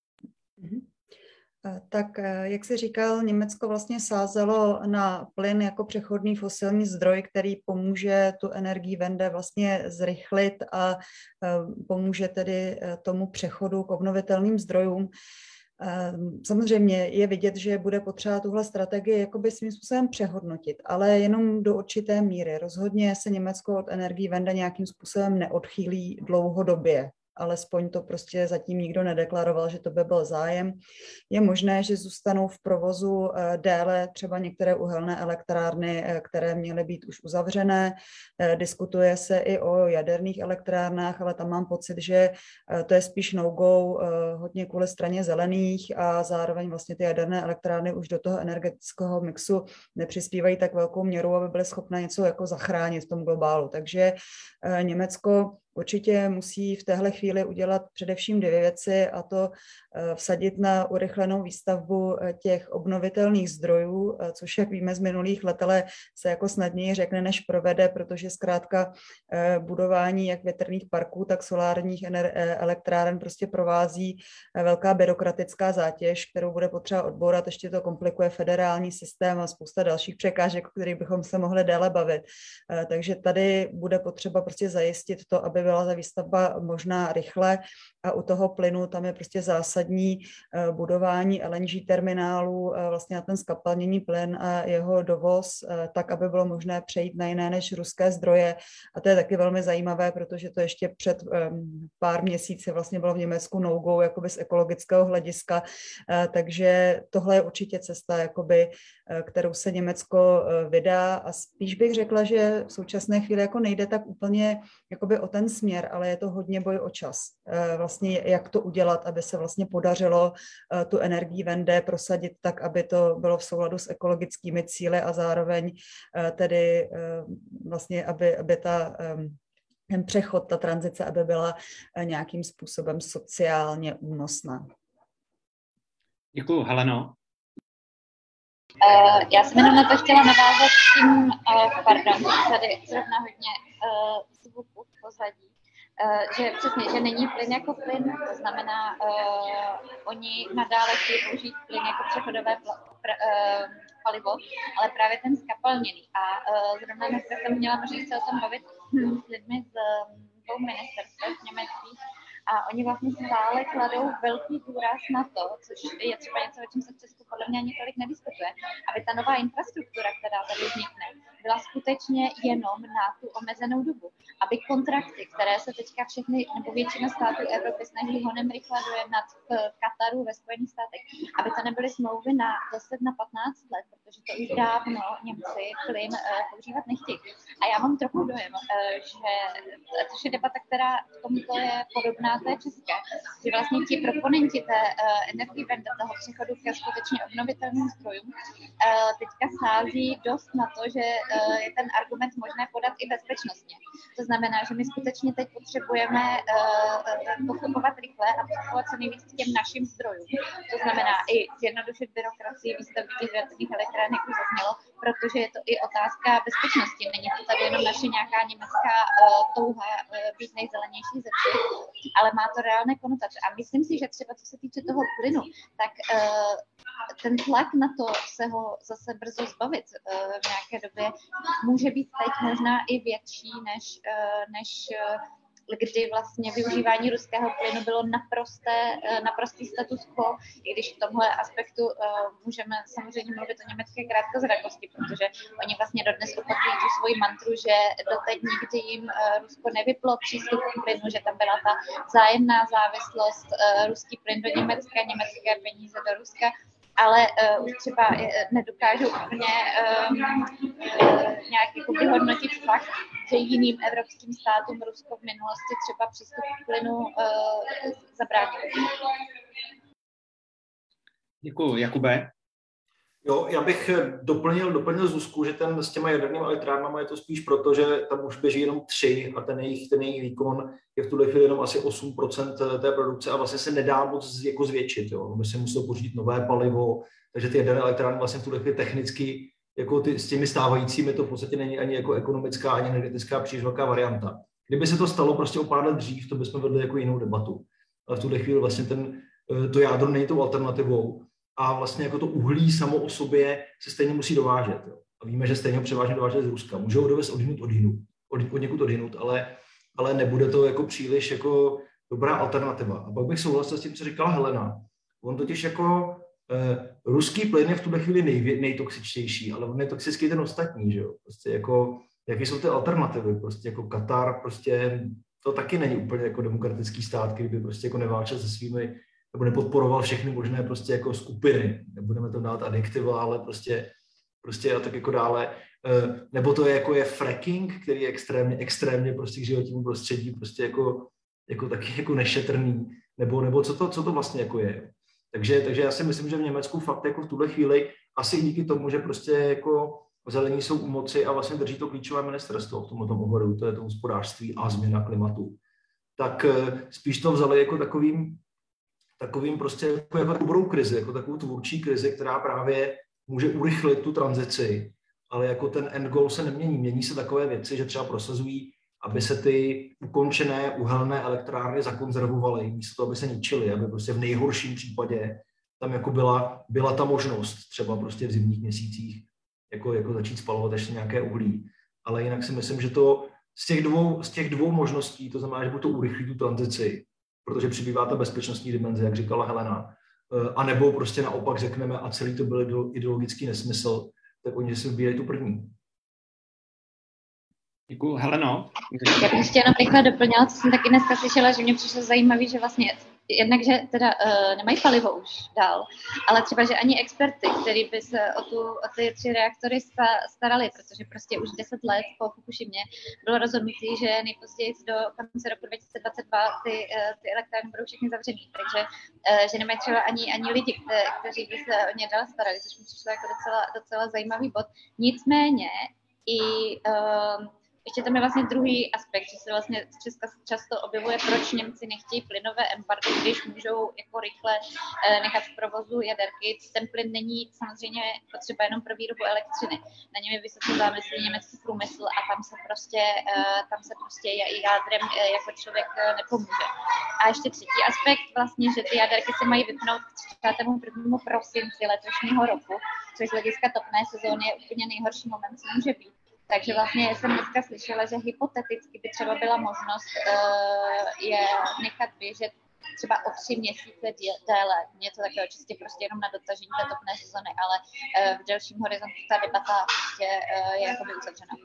Tak, jak jsi říkal, Německo vlastně sázelo na plyn jako přechodný fosilní zdroj, který pomůže tu Energiewende vlastně zrychlit a pomůže tedy tomu přechodu k obnovitelným zdrojům. Samozřejmě je vidět, že bude potřeba tuhle strategii jakoby svým způsobem přehodnotit, ale jenom do určité míry. Rozhodně se Německo od Energiewende nějakým způsobem neodchýlí dlouhodobě. Alespoň to prostě zatím nikdo nedeklaroval, že to by byl zájem. Je možné, že zůstanou v provozu déle třeba některé uhelné elektrárny, které měly být už uzavřené. Diskutuje se i o jaderných elektrárnách, ale tam mám pocit, že to je spíš no-go, hodně kvůli straně zelených, a zároveň vlastně ty jaderné elektrárny už do toho energetického mixu nepřispívají tak velkou měrou, aby byly schopné něco jako zachránit v tom globálu. Takže Německo určitě musí v téhle chvíli udělat především dvě věci, a to vsadit na urychlenou výstavbu těch obnovitelných zdrojů, což, jak víme z minulých let, ale se jako snadněji řekne, než provede, protože zkrátka budování jak větrných parků, tak solárních elektráren prostě provází velká byrokratická zátěž, kterou bude potřeba odbourat. Ještě to komplikuje federální systém a spousta dalších překážek, o kterých bychom se mohli déle bavit. Takže tady bude potřeba prostě zajistit to, aby byla ta výstavba možná rychle, a u toho plynu tam je prostě zásadní budování L N G terminálů vlastně na ten skapalněný plyn a jeho dovoz, tak, aby bylo možné přejít na jiné než ruské zdroje. A to je taky velmi zajímavé, protože to ještě před pár měsíci vlastně bylo v Německu no-go jakoby z ekologického hlediska. Takže tohle je určitě cesta, jakoby, kterou se Německo vydá, a spíš bych řekla, že v současné chvíli jako nejde tak úplně jakoby o ten směr, ale je to hodně boj o čas. Vlastně jak to udělat, aby se vlastně podařilo tu energii Wende prosadit tak, aby to bylo v souladu s ekologickými cíli a zároveň tedy vlastně, aby, aby ta ten přechod, ta tranzice, aby byla nějakým způsobem sociálně únosná. Děkuju, Heleno. Uh, já jsem jenom na to chtěla navázat s tím, uh, pardon, tady zrovna hodně uh, zvuku v pozadí, uh, že přesně, že není plyn jako plyn, to znamená, uh, oni nadále chtějí použít plyn jako přechodové pl- pr- uh, palivo, ale právě ten skapalněný. A uh, zrovna dneska jsem měla možnost se o tom bavit hm, s lidmi z um, dvou ministerstev německých, a oni vlastně stále kladou velký důraz na to, což je třeba něco, o čem se v Česku podle mě ani tolik nediskutuje, aby ta nová infrastruktura, která tady vznikne, byla skutečně jenom na tu omezenou dobu. Aby kontrakty, které se teďka všechny, nebo většina států Evropy snaží honem rychle dojednat v Kataru ve Spojených státech, aby to nebyly smlouvy na deset na patnáct let, protože to už dávno Němci plyn uh, používat nechtějí. A já mám trochu dojem, uh, že to je debata, která v tomto je podobná té české, že vlastně ti proponenti té uh, energie Wende, toho přechodu ke skutečně obnovitelným zdrojům, uh, teďka sází dost na to, že uh, je ten argument možné podat i bezpečnostně. To znamená, že my skutečně teď potřebujeme uh, postupovat rychle a postupovat co nejvíc k těm našim zdrojům. To znamená i zjednodušit byrokracii výstavby těch větrných elektráren, jak už zaznělo, protože je to i otázka bezpečnosti. Není to tady jenom naše nějaká německá uh, touha uh, být nejzelenější ze všech, ale má to reálné konotace. A myslím si, že třeba co se týče toho plynu, tak uh, ten tlak na to se ho zase brzo zbavit uh, v nějaké době může být teď možná i větší, než, uh, než uh, kdy vlastně využívání ruského plynu bylo naprosté, naprostý status quo, i když v tomhle aspektu uh, můžeme samozřejmě mluvit o německé krátkozrakosti, protože oni vlastně dodnes opakují tu svoji mantru, že doteď nikdy jim uh, Rusko nevyplo přístup k plynu, že tam byla ta vzájemná závislost, uh, ruský plyn do Německa, německé peníze do Ruska, ale uh, už třeba uh, nedokážou úplně um, uh, nějak jako vyhodnotit fakt, že jiným evropským státům Rusko v minulosti třeba přístup k plynu uh, zabránilo. Děkuji. Jakube? Jo, já bych doplnil, doplnil Zuzku, že ten s těma jadernými elektrárnami je to spíš proto, že tam už běží jenom tři a ten jejich, ten jejich výkon je v tuhle chvíli jenom asi osm procent té produkce a vlastně se nedá moc jako zvětšit. Jo. My se musí pořídit nové palivo, takže ty jaderné elektrárny vlastně v tuhle chvíli technicky jako ty, s těmi stávajícími to v podstatě není ani jako ekonomická, ani energetická příliš velká varianta. Kdyby se to stalo prostě o pár let dřív, to bychom vedli jako jinou debatu. Ale v tuhle chvíli vlastně ten, to jádro není tou alternativou. A vlastně jako to uhlí samo o sobě se stejně musí dovážet. Jo. A víme, že stejně ho převážně dovážet z Ruska. Můžou ho dovést odhinut odhinut, od, od někud odhinut, ale, ale nebude to jako příliš jako dobrá alternativa. A pak bych souhlasil s tím, co říkala Helena. On totiž jako eh, ruský plyn je v tuhle chvíli nej, nejtoxičtější, ale on je toxický ten ostatní, že jo. Prostě jako, jaké jsou ty alternativy? Prostě jako Katar, prostě to taky není úplně jako demokratický stát, který by prostě jako neválčil se svými nebo nepodporoval všechny možné prostě jako skupiny. Nebudeme to dát adjektiva, ale prostě, prostě a tak jako dále. Nebo to je jako je fracking, který je extrémně, extrémně prostě k životnímu prostředí prostě jako, jako taky jako nešetrný. Nebo, nebo co, to, co to vlastně jako je. Takže, takže já si myslím, že v Německu fakt jako v tuhle chvíli asi díky tomu, že prostě jako zelení jsou u moci a vlastně drží to klíčové ministerstvo v tomto ohledu, to je to hospodářství a změna klimatu. Tak spíš to vzali jako takovým takovým prostě jako, jako dobrou krizi, jako takovou tvůrčí krizi, která právě může urychlit tu tranzici, ale jako ten end goal se nemění. Mění se takové věci, že třeba prosazují, aby se ty ukončené uhelné elektrárny zakonzervovaly, místo toho, aby se ničily, aby prostě v nejhorším případě tam jako byla, byla ta možnost třeba prostě v zimních měsících jako, jako začít spalovat ještě nějaké uhlí. Ale jinak si myslím, že to z těch dvou, z těch dvou možností, to znamená, že buď to urychlí tu tranzici, protože přibývá ta bezpečnostní dimenze, jak říkala Helena, a nebo prostě naopak řekneme, a celý to byl ideologický nesmysl, tak oni si vybírají tu první. Děkuji. Heleno? Já bych ještě jenom rychle doplnila, co jsem taky dneska slyšela, že mě přišlo zajímavé, že vlastně jednak, že teda uh, nemají palivo už dál, ale třeba, že ani experty, kteří by se o, tu, o ty tři reaktory sta, starali, protože prostě už deset let po Fukushimě bylo rozhodnutí, že nejpozději do konce roku dva tisíce dvacet dva ty, uh, ty elektrárny budou všechny zavřený, takže uh, že nemají třeba ani, ani lidi, kte, kteří by se o ně dál starali, což mi přišlo jako docela, docela zajímavý bod. Nicméně i uh, ještě tam je vlastně druhý aspekt, že se vlastně Česka často objevuje, proč Němci nechtějí plynové embargo, když můžou jako rychle eh, nechat v provozu jaderky. Ten plyn není samozřejmě potřeba jenom pro výrobu elektřiny. Na něm je vysoce závislý německý průmysl a tam se prostě, eh, tam se prostě jádrem eh, jako člověk eh, nepomůže. A ještě třetí aspekt vlastně, že ty jaderky se mají vypnout k třicátého prvního prosinci letošního roku, což z hlediska topné sezóny je úplně nejhorší moment, co může být. Takže vlastně jsem dneska slyšela, že hypoteticky by třeba byla možnost uh, je nechat běžet třeba o tři měsíce déle, něco takového, čistě prostě jenom na dotažení té topné sezony, ale uh, v delším horizontu ta debata prostě uh, je jakoby uzavřena.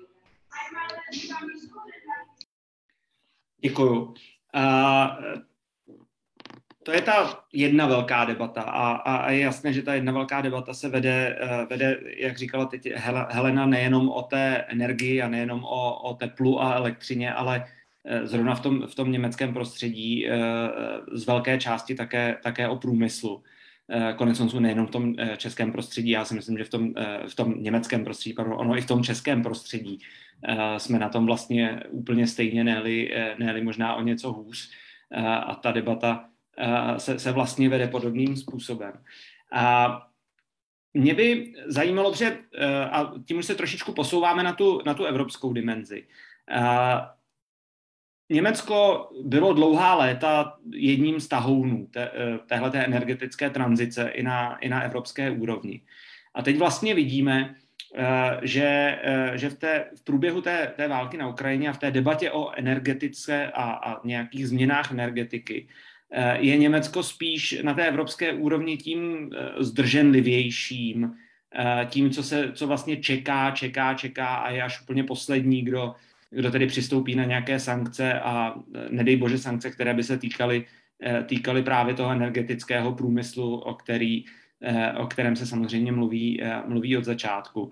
Děkuju. Uh, To je ta jedna velká debata a, a je jasné, že ta jedna velká debata se vede, vede jak říkala teď Helena, nejenom o té energii a nejenom o, o teplu a elektřině, ale zrovna v tom, v tom německém prostředí z velké části také, také o průmyslu. Konec konců nejenom v tom českém prostředí, já si myslím, že v tom, v tom německém prostředí, pardon, ono i v tom českém prostředí jsme na tom vlastně úplně stejně, ne-li, ne-li možná o něco hůř a ta debata Se, se vlastně vede podobným způsobem. A mě by zajímalo, že a tím už se trošičku posouváme na tu, na tu evropskou dimenzi. A Německo bylo dlouhá léta jedním z tahounů té, téhleté energetické tranzice i na, i na evropské úrovni. A teď vlastně vidíme, že, že v, té, v průběhu té, té války na Ukrajině a v té debatě o energetice a, a nějakých změnách energetiky je Německo spíš na té evropské úrovni tím zdrženlivějším, tím, co se, co vlastně čeká, čeká, čeká a je až úplně poslední, kdo, kdo tedy přistoupí na nějaké sankce a nedej bože sankce, které by se týkaly, týkaly právě toho energetického průmyslu, o, který, o kterém se samozřejmě mluví, mluví od začátku.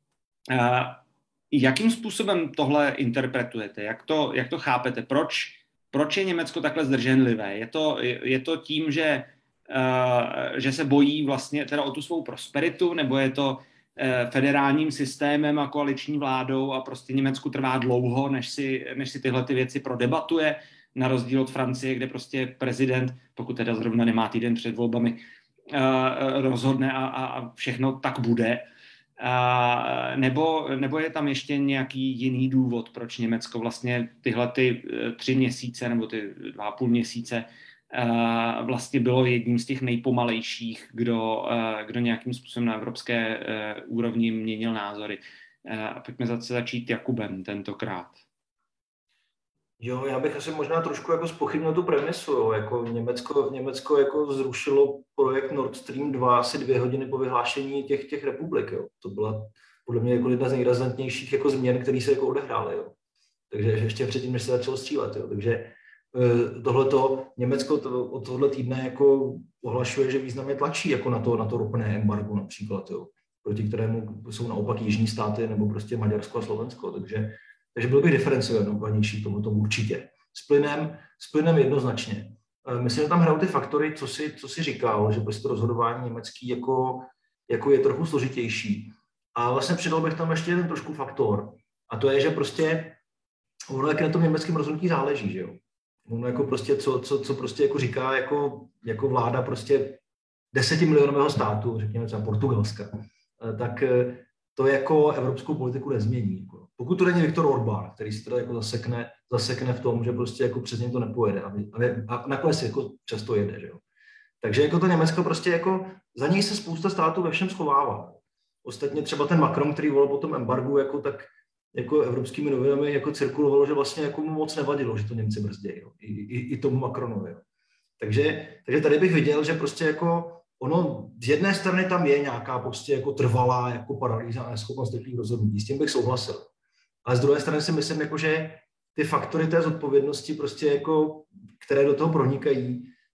Jakým způsobem tohle interpretujete? Jak to, jak to chápete? Proč Proč je Německo takhle zdrženlivé? Je to, je to tím, že, uh, že se bojí vlastně teda o tu svou prosperitu, nebo je to uh, federálním systémem a koaliční vládou a prostě Německu trvá dlouho, než si, než si tyhle ty věci prodebatuje, na rozdíl od Francie, kde prostě prezident, pokud teda zrovna nemá týden před volbami, uh, rozhodne a, a všechno tak bude. A, nebo, nebo je tam ještě nějaký jiný důvod, proč Německo vlastně tyhle ty tři měsíce nebo ty dva a půl měsíce a, vlastně bylo jedním z těch nejpomalejších, kdo, a, kdo nějakým způsobem na evropské a, úrovni měnil názory. A pojďme zase začít Jakubem tentokrát. Jo, já bych asi možná trošku jako zpochybnil tu premisu, jo. Jako Německo, Německo jako zrušilo projekt Nord Stream dva asi dvě hodiny po vyhlášení těch, těch republik, jo. To byla podle mě jako jedna z nejrazantnějších jako změn, které se jako odehrály, jo. Takže ještě předtím, než se začalo střílet, jo. Takže tohleto Německo to, od tohle týdne jako ohlašuje, že významně tlačí jako na to, na to ropné embargo například, jo. Proti kterému jsou naopak jižní státy nebo prostě Maďarsko a Slovensko, takže Takže byl bych diferenciovanější tomu tomu určitě. S plynem, s plynem jednoznačně. Myslím, že tam hrajou ty faktory, co si, co si říkal, že prostě to rozhodování německý jako, jako je trochu složitější. A vlastně přidal bych tam ještě jeden trošku faktor. A to je, že prostě ono jak na tom německém rozhodnutí záleží, že jo. Ono jako prostě, co, co, co prostě jako říká jako, jako vláda prostě desetimilionového státu, řekněme třeba Portugalska, tak to jako evropskou politiku nezmění. Jako. Pokud to není Viktor Orbán, který se teda jako zasekne, zasekne v tom, že prostě jako přes něj to nepojede a, a nakonec jako často jede, že jo. Takže jako to Německo prostě jako, za něj se spousta států ve všem schovává. Ostatně třeba ten Macron, který volal po tom embargu, jako tak jako evropskými novinami jako cirkulovalo, že vlastně jako mu moc nevadilo, že to Němci brzdějí, jo. I, i, i tomu Macronovi, jo. Takže, takže tady bych viděl, že prostě jako ono z jedné strany tam je nějaká prostě jako trvalá jako paralýza a neschopnost takových rozhodnutí, s tím bych souhlasil. Ale z druhé strany si myslím, jako, že ty faktory té zodpovědnosti, prostě jako, které do toho pronikají,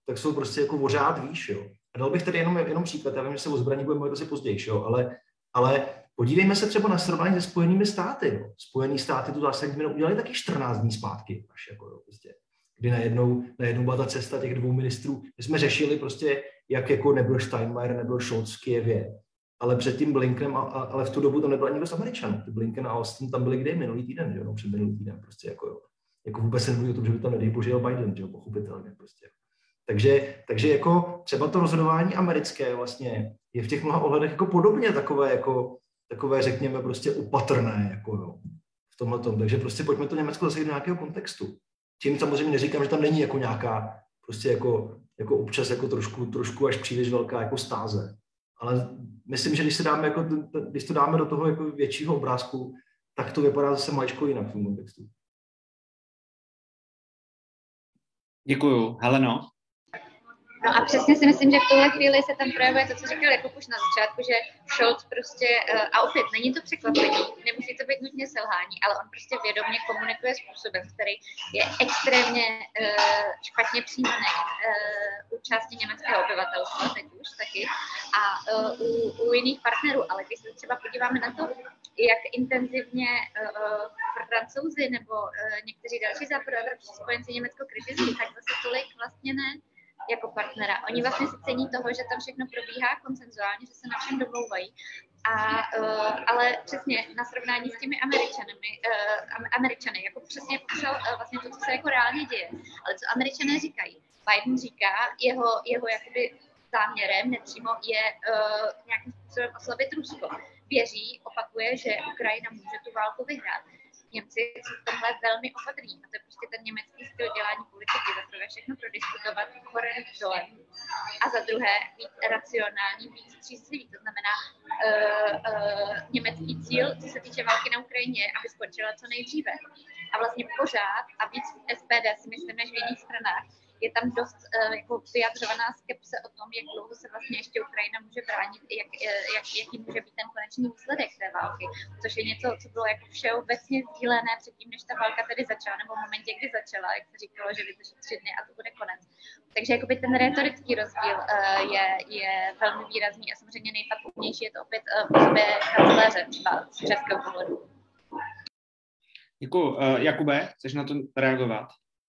tak jsou prostě jako pořád výš, jo. A dal bych tady jenom, jenom příklad, já vím, že se o zbraní budeme mluvit asi později, jo, ale, ale podívejme se třeba na srovnání se Spojenými státy, jo. Spojený státy tu zásadní změnu udělali taky čtrnáct dní zpátky, až jako, jo, prostě. Kdy najednou, najednou byla ta cesta těch dvou ministrů. My jsme řešili prostě, jak jako nebyl Steinmeier, nebyl Scholz v Kyjevě, ale před tím Blinkenem, a, a, ale v tu dobu tam nebyl nikdo z Američanů. Ty Blinken a Austin tam byli kdy? Minulý týden, jo, no, před minulý týden, prostě jako jo. Jako vůbec se nemluví o tom, že by tam nedej bože jel Biden, jo, pochopitelně prostě. Takže, takže jako třeba to rozhodování americké vlastně je v těch mnoha ohledech jako podobně takové, jako, takové řekněme prostě opatrné, jako jo, v tomhletom. Takže prostě pojďme to Německo zase do nějakého kontextu. Tím samozřejmě neříkám, že tam není jako nějaká prostě jako, jako občas jako trošku, trošku až příliš velká jako stáze. Ale myslím, že když, se dáme jako, když to dáme do toho jako většího obrázku, tak to vypadá zase maličko jinak v tom kontextu. Děkuju. Heleno? No a přesně si myslím, že v tuhle chvíli se tam projevuje to, co říkal Jakub už na začátku, že Scholz prostě, a opět není to překvapení, nemusí to být nutně selhání, ale on prostě vědomě komunikuje způsobem, který je extrémně uh, špatně přijímaný uh, u části německého obyvatelstva, teď už taky, a uh, u, u jiných partnerů, ale když se třeba podíváme na to, jak intenzivně uh, Francouzi nebo uh, někteří další západoevropští spojenci Německo kritizují, tak zase tolik vlastně ne jako partnera. Oni vlastně si cení toho, že tam všechno probíhá konsenzuálně, že se na všem domlouvají. A, uh, ale přesně na srovnání s těmi Američany, uh, Američany, jako přesně popsal uh, vlastně to, co se jako reálně děje. Ale co Američané říkají? Biden říká, jeho, jeho jakoby záměrem nepřímo je uh, nějakým způsobem oslabit Rusko. Věří, opakuje, že Ukrajina může tu válku vyhrát. Němci jsou v tomhle velmi opatrní a to je prostě ten německý styl dělání politiky. Za prvé všechno prodiskutovat horem dolem a za druhé být racionální, být střízlivý. To znamená uh, uh, německý cíl, co se týče války na Ukrajině, aby skončila co nejdříve. A vlastně pořád a víc v S P D si myslím, než v jiných stranách, je tam dost uh, jako vyjadřovaná skepse o tom, jak dlouho se vlastně ještě Ukrajina může bránit, jak, jak, jaký může být ten konečný výsledek té války. Což je něco, co bylo jako všeobecně sdílené předtím, než ta válka tedy začala, nebo v momentě, kdy začala, jak se říkalo, že vydrží tři dny a to bude konec. Takže jakoby ten retorický rozdíl uh, je, je velmi výrazný a samozřejmě nejpatrnější je to opět uh, v osobě kancléře třeba z českého pohledu. Děkuji. Uh, Jakube, chceš na to reagovat?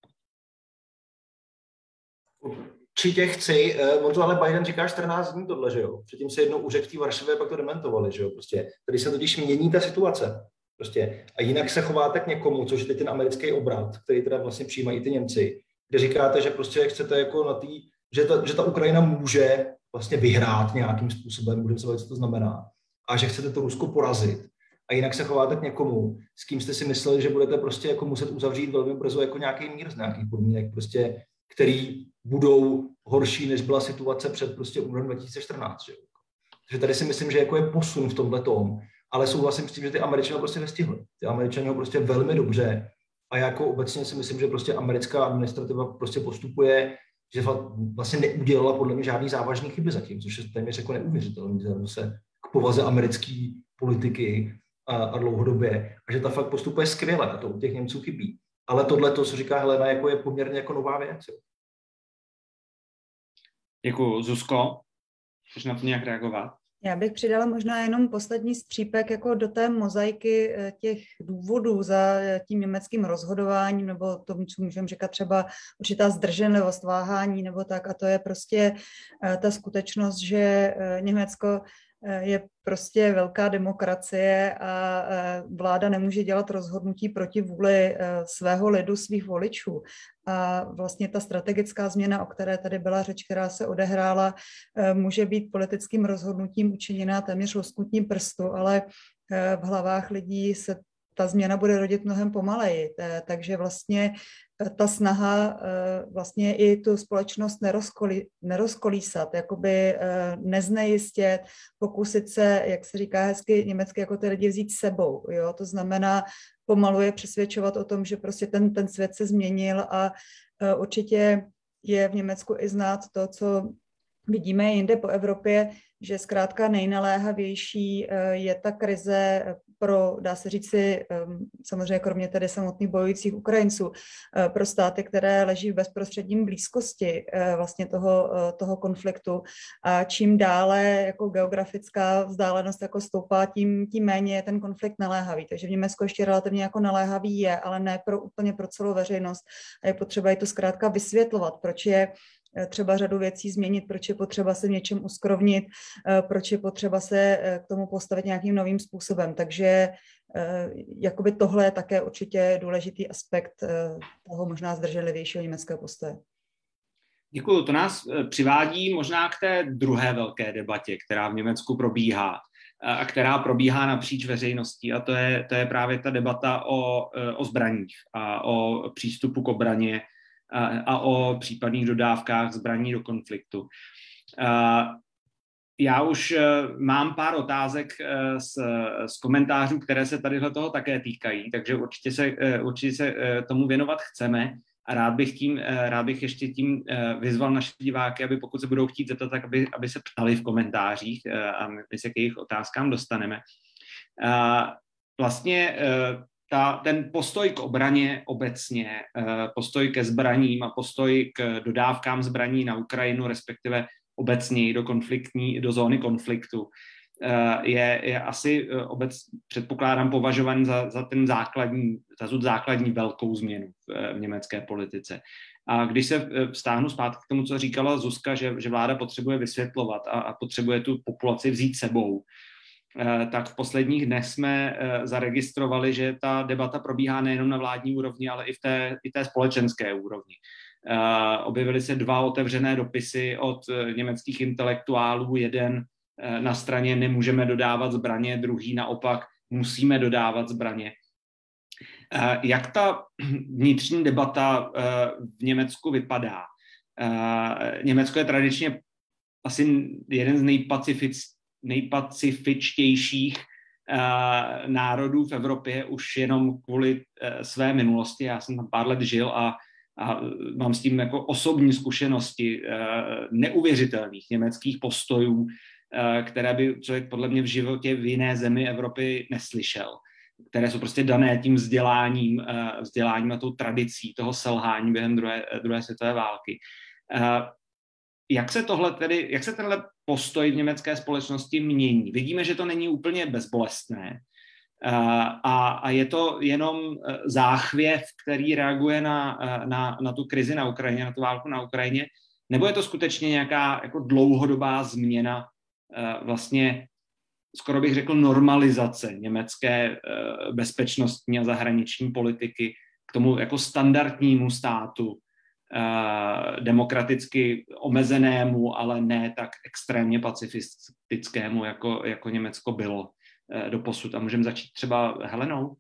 Určitě chci, on to ale Biden říká čtrnáct dní tohle, že jo. Předtím se jednou uřekl v té Varšavě, pak to dementovali, že jo. Prostě, tady se totiž mění ta situace. Prostě. A jinak se chováte k někomu, což je teď ten americký obrat, který teda vlastně přijímají ty Němci, kde říkáte, že prostě chcete jako na tý, že ta, že ta Ukrajina může vlastně vyhrát nějakým způsobem, můžeme se vědět, co to znamená, a že chcete to Rusko porazit. A jinak se chováte k někomu, s kým jste si mysleli, že budete prostě jako muset uzavřít velmi brzo jako nějaký mír z nějakých podmínek, prostě, který budou horší, než byla situace před prostě únorem dva tisíce čtrnáct. Že? Takže tady si myslím, že jako je posun v tomhle tom, ale souhlasím s tím, že ty Američané ho prostě nestihli. Ty Američané ho prostě velmi dobře a jako obecně si myslím, že prostě americká administrativa prostě postupuje, že vlastně neudělala podle mě žádný závažný chyby zatím, což je téměř jako neuvěřitelné se k povaze americké politiky a, a dlouhodobě a že ta fakt postupuje skvěle a to u těch Němců chybí. Ale tohle, to, co říká Helena, jako je poměrně jako nová věc. Děkuju. Zuzko, chceš na to nějak reagovat? Já bych přidala možná jenom poslední střípek jako do té mozaiky těch důvodů za tím německým rozhodováním, nebo tomu, co můžeme říkat třeba určitá zdrženlivost, váhání, nebo tak. A to je prostě ta skutečnost, že Německo je prostě velká demokracie a vláda nemůže dělat rozhodnutí proti vůli svého lidu, svých voličů. A vlastně ta strategická změna, o které tady byla řeč, která se odehrála, může být politickým rozhodnutím učiněná téměř lusknutím prstu, ale v hlavách lidí se ta změna bude rodit mnohem pomaleji. Takže vlastně ta snaha vlastně i tu společnost nerozkolí, nerozkolísat, jakoby neznejistět, pokusit se, jak se říká hezky německy, jako ty lidi vzít sebou. Jo? To znamená pomalu je přesvědčovat o tom, že prostě ten, ten svět se změnil a určitě je v Německu i znát to, co vidíme jinde po Evropě, že zkrátka nejnaléhavější je ta krize pro, dá se říci, samozřejmě kromě tedy samotných bojujících Ukrajinců, pro státy, které leží v bezprostředním blízkosti vlastně toho, toho konfliktu. A čím dále jako geografická vzdálenost jako stoupá, tím, tím méně je ten konflikt naléhavý. Takže v Německu ještě relativně jako naléhavý je, ale ne pro úplně pro celou veřejnost. A je potřeba i to zkrátka vysvětlovat, proč je třeba řadu věcí změnit, proč je potřeba se v něčem uskrovnit, proč je potřeba se k tomu postavit nějakým novým způsobem. Takže jakoby tohle je také určitě důležitý aspekt toho možná zdrženlivějšího německého postoje. Děkuju. To nás přivádí možná k té druhé velké debatě, která v Německu probíhá a která probíhá napříč veřejností, a to je, to je právě ta debata o, o zbraních a o přístupu k obraně a, a o případných dodávkách zbraní do konfliktu. Já už mám pár otázek z, z komentářů, které se tadyhle toho také týkají, takže určitě se, určitě se tomu věnovat chceme. A rád bych, tím, rád bych ještě tím vyzval naše diváky, aby pokud se budou chtít zeptat, tak aby, aby se ptali v komentářích a my se k jejich otázkám dostaneme. Vlastně ta, ten postoj k obraně obecně, postoj ke zbraním a postoj k dodávkám zbraní na Ukrajinu, respektive obecně do konfliktní, do zóny konfliktu, je, je asi obec, předpokládám, považovaný za, za ten základní, za tu základní velkou změnu v, v německé politice. A když se vztáhnu zpátky k tomu, co říkala Zuzka, že, že vláda potřebuje vysvětlovat a, a potřebuje tu populaci vzít sebou, tak v posledních dnech jsme zaregistrovali, že ta debata probíhá nejenom na vládní úrovni, ale i v té, i té společenské úrovni. Objevily se dva otevřené dopisy od německých intelektuálů, jeden na straně nemůžeme dodávat zbraně, druhý naopak musíme dodávat zbraně. Jak ta vnitřní debata v Německu vypadá? Německo je tradičně asi jeden z nejpacific, nejpacifičtějších národů v Evropě už jenom kvůli své minulosti. Já jsem tam pár let žil a a mám s tím jako osobní zkušenosti neuvěřitelných německých postojů, které by člověk podle mě v životě v jiné zemi Evropy neslyšel, které jsou prostě dané tím vzděláním, vzděláním a tou tradicí toho selhání během druhé, druhé světové války. Jak se tohle tedy, jak se tenhle postoj v německé společnosti mění? Vidíme, že to není úplně bezbolestné, A, a je to jenom záchvěv, který reaguje na, na, na tu krizi na Ukrajině, na tu válku na Ukrajině, nebo je to skutečně nějaká jako dlouhodobá změna, vlastně skoro bych řekl normalizace německé bezpečnostní a zahraniční politiky k tomu jako standardnímu státu, demokraticky omezenému, ale ne tak extrémně pacifistickému, jako, jako Německo bylo do posud. A můžeme začít třeba Helenou?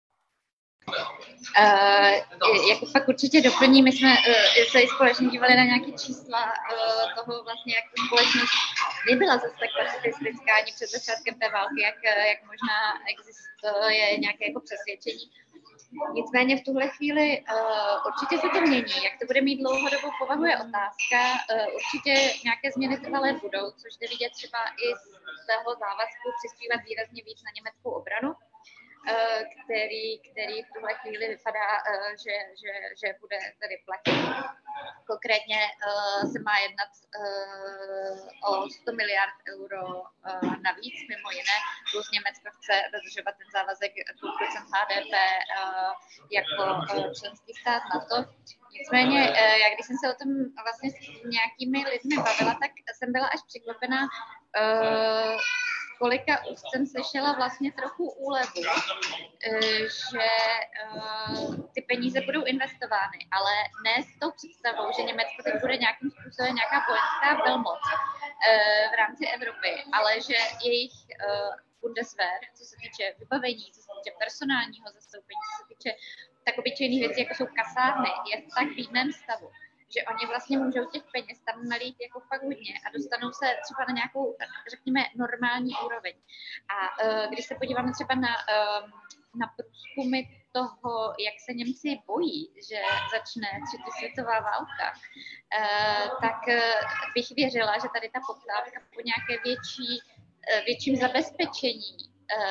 Uh, jako fakt určitě doplní, my jsme uh, se i společně dívali na nějaké čísla uh, toho vlastně, jak ta společnost nebyla zase tak pacifistická ani před začátkem té války, jak, jak možná existuje nějaké jako přesvědčení. Nicméně v tuhle chvíli uh, určitě se to mění. Jak to bude mít dlouhodobou povahu je otázka. Uh, určitě nějaké změny trvalé budou, což jde vidět třeba i z toho závazku přispívat výrazně víc na německou obranu, uh, který, který v tuhle chvíli vypadá, uh, že, že, že bude tady platit. Konkrétně uh, se má jednat uh, o sto miliard euro uh, navíc, mimo jiné, plus Německo chce dodržovat ten závazek dva procenta H D P uh, jako uh, členský stát NATO. Nicméně, uh, já když jsem se o tom vlastně s nějakými lidmi bavila, tak jsem byla až překvapená, uh, kolika už jsem slyšela vlastně trochu úlevu, že ty peníze budou investovány, ale ne s tou představou, že Německo teď bude nějakým způsobem nějaká vojenská velmoc v rámci Evropy, ale že jejich Bundeswehr, co se týče vybavení, co se týče personálního zastoupení, co se týče tak obyčejných věcí, jako jsou kasárny, je v tak výjimném stavu, že oni vlastně můžou těch peněz tam nalít jako fakt hodně a dostanou se třeba na nějakou, řekněme, normální úroveň. A uh, když se podíváme třeba na, uh, na průzkumy toho, jak se Němci bojí, že začne třetí světová válka, tak bych věřila, že tady ta poptávka po nějaké větší, větším zabezpečení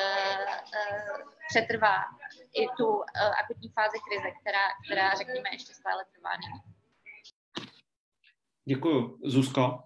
přetrvá i tu akutní fázi krize, která, která řekněme, ještě stále trvá nyní. Děkuju. Zuzko?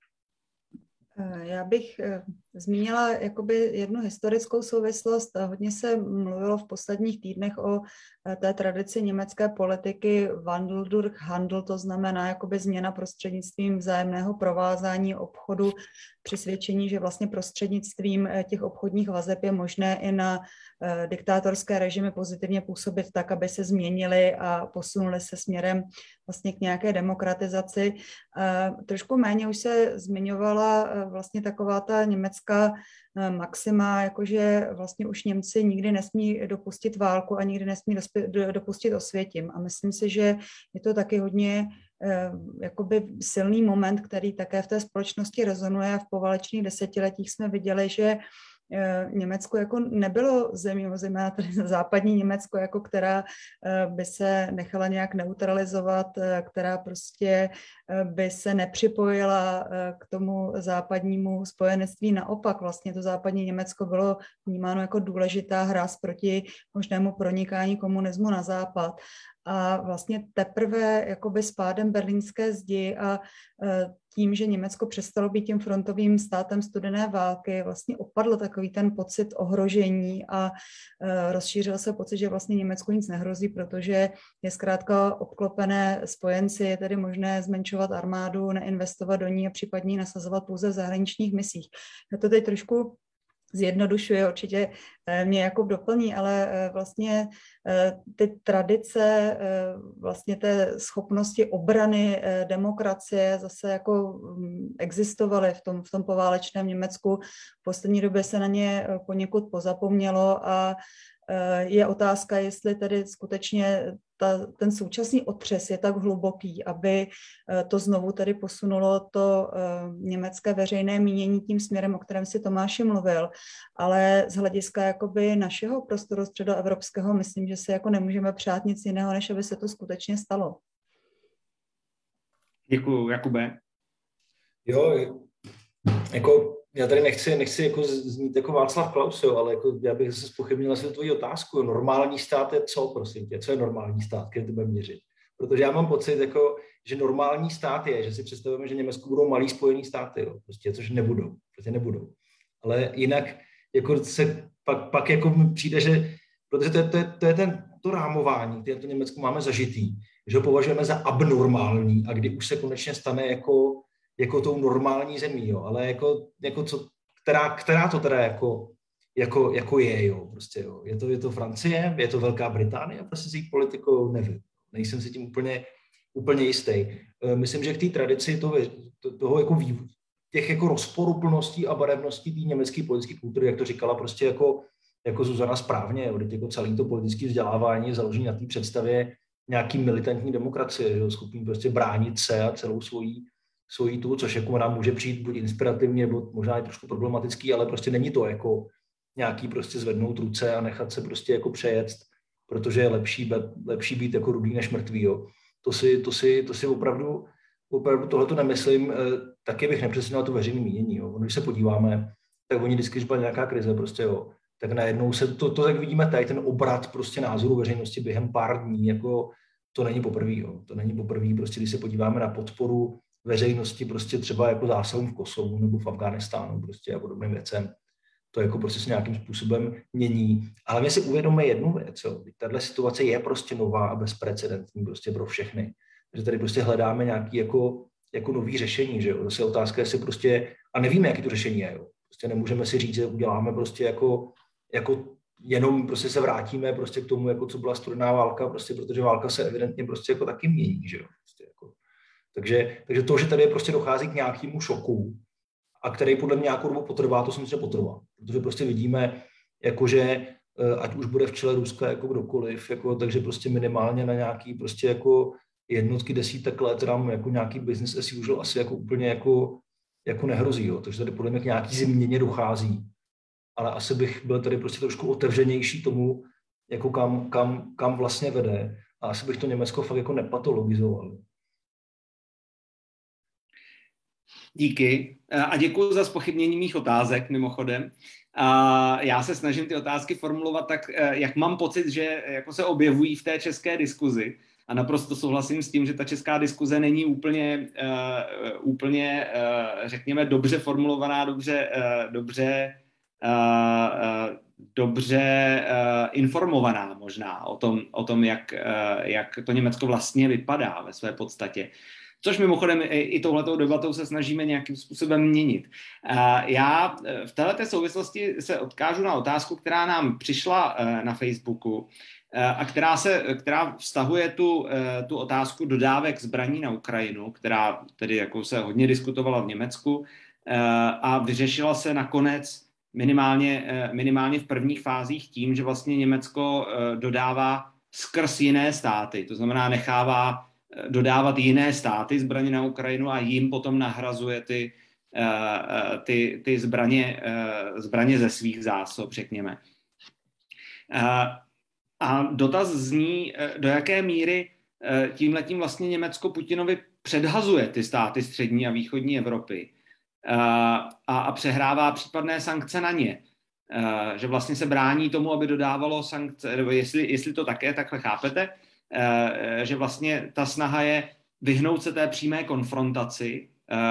Já bych zmínila jakoby jednu historickou souvislost. Hodně se mluvilo v posledních týdnech o té tradici německé politiky Wandel durch Handel, to znamená jakoby změna prostřednictvím vzájemného provázání obchodu, přesvědčení, že vlastně prostřednictvím těch obchodních vazeb je možné i na diktátorské režimy pozitivně působit tak, aby se změnily a posunuli se směrem vlastně k nějaké demokratizaci. Trošku méně už se zmiňovala vlastně taková ta německá maxima, jakože vlastně už Němci nikdy nesmí dopustit válku a nikdy nesmí dopustit osvětim. A myslím si, že je to taky hodně jakoby silný moment, který také v té společnosti rezonuje. V poválečných desetiletích jsme viděli, že Německo jako nebylo zemí, zejména tady západní Německo, jako která by se nechala nějak neutralizovat, která prostě by se nepřipojila k tomu západnímu spojenectví. Naopak vlastně to západní Německo bylo vnímáno jako důležitá hráz proti možnému pronikání komunismu na západ. A vlastně teprve jakoby s pádem berlínské zdi a tím, že Německo přestalo být tím frontovým státem studené války, vlastně opadl takový ten pocit ohrožení a rozšířil se pocit, že vlastně Německu nic nehrozí, protože je zkrátka obklopené spojenci, je tedy možné zmenšovat armádu, neinvestovat do ní a případně nasazovat pouze v zahraničních misích. Já to teď trošku zjednodušuje, určitě mě jako doplní, ale vlastně ty tradice vlastně té schopnosti obrany demokracie zase jako existovaly v tom, v tom poválečném Německu. V poslední době se na ně poněkud pozapomnělo a je otázka, jestli tedy skutečně ta, ten současný otřes je tak hluboký, aby to znovu tedy posunulo to německé veřejné mínění tím směrem, o kterém si Tomáši mluvil. Ale z hlediska jakoby našeho prostoru středoevropského myslím, že se jako nemůžeme přát nic jiného, než aby se to skutečně stalo. Děkuju, Jakube. Jo, jako já tady nechci, nechci jako znít jako Václav Klaus, jo, ale jako já bych zase zpochybnil asi tvoji otázku. Normální stát je co, prosím tě? Co je normální stát, který to bude měřit? Protože já mám pocit, jako, že normální stát je, že si představujeme, že Německo budou malý spojený státy, jo, prostě, což nebudou, prostě nebudou. Ale jinak jako se pak, pak jako mi přijde, že, protože to je, to je, to je ten, to rámování, které to Německo máme zažitý, že ho považujeme za abnormální a kdy už se konečně stane jako jako tou normální zemí, jo, ale jako, jako co, která, která to teda jako, jako, jako je, jo, prostě, jo. Je to, je to Francie, je to Velká Británie, prostě s jejich politikou nevím, nejsem si tím úplně, úplně jistý. Myslím, že k té tradici toho, toho jako vývoje, těch jako rozporuplností a barevností té německé politické kultury, jak to říkala prostě jako, jako Zuzana správně, jo, jako celé to politické vzdělávání je založené na té představě nějaký militantní demokracie, jo, schopný prostě bránit se a celou svojí svojí tu, což jako nám může přijít buď inspirativně, nebo možná i trošku problematický, ale prostě není to jako nějaký prostě zvednout ruce a nechat se prostě jako přejet, protože je lepší, lepší být jako rudý než mrtvý, jo. To si, to si, to si opravdu, opravdu tohleto nemyslím, taky bych nepřesvědčil to veřejné mínění, jo. Když se podíváme, tak oni vždycky, když byla nějaká krize, prostě jo, tak najednou se, to, to tak vidíme tady, ten obrat prostě názoru veřejnosti během pár dní, jako to není poprvé, jo. To není poprvé, prostě když se podíváme na podporu veřejnosti prostě třeba jako zásahům v Kosovu nebo v Afghánistánu prostě a podobným věcem. To jako prostě se nějakým způsobem mění. Ale my si uvědomíme jednu věc, jo. Tahle situace je prostě nová a bezprecedentní prostě pro všechny. Takže tady prostě hledáme nějaký jako, jako nový řešení, že jo. Zase je otázka, jestli prostě, a nevíme, jaký to řešení je, jo. Prostě nemůžeme si říct, že uděláme prostě jako, jako jenom prostě se vrátíme prostě k tomu, jako co byla studená válka, prostě protože válka se evidentně prostě jako taky mění, že jo. Prostě jako. Takže, takže to, že tady prostě dochází k nějakému šoku a který podle mě nějakou dobu potrvá, to si myslím, že potrvá. Protože prostě vidíme, jakože ať už bude v čele Ruska jako kdokoliv, jako, takže prostě minimálně na nějaký prostě jako jednotky desítek let nám jako nějaký business as usual asi jako úplně jako, jako nehrozí. Jo. Takže tady podle mě k nějaký změně dochází. Ale asi bych byl tady prostě trošku otevřenější tomu, jako kam, kam, kam vlastně vede. A asi bych to Německo fakt jako nepatologizoval. Díky a děkuji za zpochybnění mých otázek mimochodem. A já se snažím ty otázky formulovat tak, jak mám pocit, že jako se objevují v té české diskuzi. A naprosto souhlasím s tím, že ta česká diskuze není úplně, uh, úplně uh, řekněme, dobře formulovaná, dobře, uh, dobře, uh, uh, dobře uh, informovaná možná o tom, o tom jak, uh, jak to Německo vlastně vypadá ve své podstatě. Což mimochodem i touhletou debatou se snažíme nějakým způsobem měnit. Já v této souvislosti se odkážu na otázku, která nám přišla na Facebooku a která, se, která vztahuje tu, tu otázku dodávek zbraní na Ukrajinu, která tedy jako se hodně diskutovala v Německu a vyřešila se nakonec minimálně, minimálně v prvních fázích tím, že vlastně Německo dodává skrz jiné státy, to znamená nechává dodávat jiné státy zbraně na Ukrajinu a jim potom nahrazuje ty, ty, ty zbraně, zbraně ze svých zásob, řekněme. A dotaz zní, do jaké míry tímhletím vlastně Německo Putinovi předhazuje ty státy střední a východní Evropy a, a přehrává případné sankce na ně. Že vlastně se brání tomu, aby dodávalo sankce, nebo jestli, jestli to také takhle chápete, že vlastně ta snaha je vyhnout se té přímé konfrontaci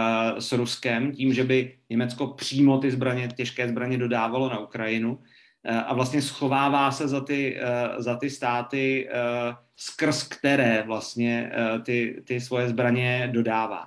s Ruskem tím, že by Německo přímo ty zbraně, těžké zbraně dodávalo na Ukrajinu a vlastně schovává se za ty, za ty státy, skrz které vlastně ty, ty svoje zbraně dodává.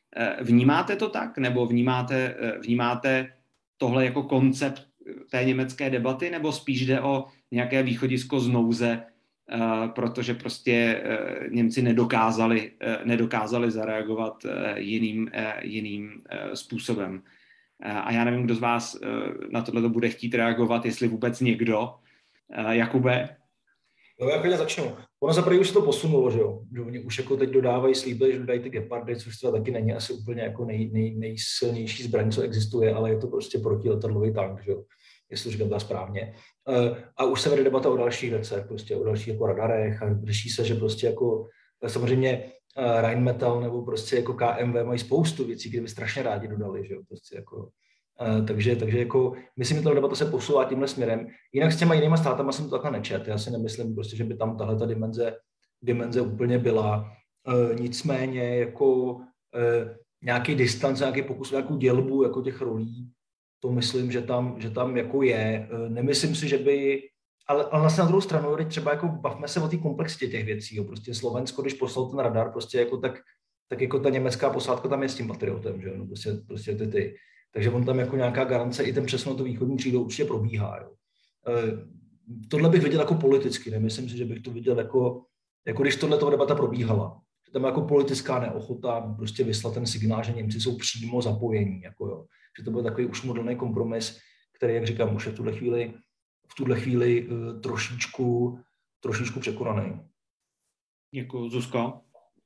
Vnímáte to tak? Nebo vnímáte, vnímáte tohle jako koncept té německé debaty? Nebo spíš jde o nějaké východisko z nouze, Uh, protože prostě uh, Němci nedokázali, uh, nedokázali zareagovat uh, jiným, uh, jiným uh, způsobem. Uh, a já nevím, kdo z vás uh, na tohle bude chtít reagovat, jestli vůbec někdo. Uh, Jakube? No, já klidně začnu. Ono za první už se to posunulo, že jo? Že oni už jako teď dodávají, slíbili, že dodají ty Gepardy, což teda taky není asi úplně jako nej, nej, nejsilnější zbraň, co existuje, ale je to prostě protiletadlový tank, že jo? Jestli to říkám teda správně. A už se vede debata o dalších věcech, prostě o dalších jako radarech a řeší se, že prostě jako samozřejmě Rheinmetall nebo prostě jako K M V mají spoustu věcí, které by strašně rádi dodali, že jo, prostě jako. Takže, takže jako myslím, že ta debata se posouvá tímhle směrem. Jinak s těma jinýma státama jsem to takhle nečet. Já si nemyslím prostě, že by tam tahle ta dimenze, dimenze úplně byla. Nicméně jako nějaký distanc, nějaký pokus, nějakou dělbu jako těch rolí, to myslím, že tam, že tam jako je. Nemyslím si, že by, ale, ale vlastně na druhou stranu, teď třeba jako bavme se o té komplexitě těch věcí. Jo. Prostě Slovensko, když poslal ten radar, prostě jako tak, tak jako ta německá posádka tam je s tím patriotem, že no, prostě, prostě ty, ty. Takže on tam jako nějaká garance, i ten přesun to východní křídlo určitě probíhá. Jo. E, tohle bych viděl jako politicky, nemyslím si, že bych to viděl jako, jako když tohle debata probíhala. Že tam jako politická neochota prostě vyslat ten signál, že Němci jsou přímo zapojení, jako jo. Že to byl takový už modelný kompromis, který, jak říkám, už je v tuhle chvíli, v tuhle chvíli uh, trošičku, trošičku překonaný. Děkuji. Zuzko?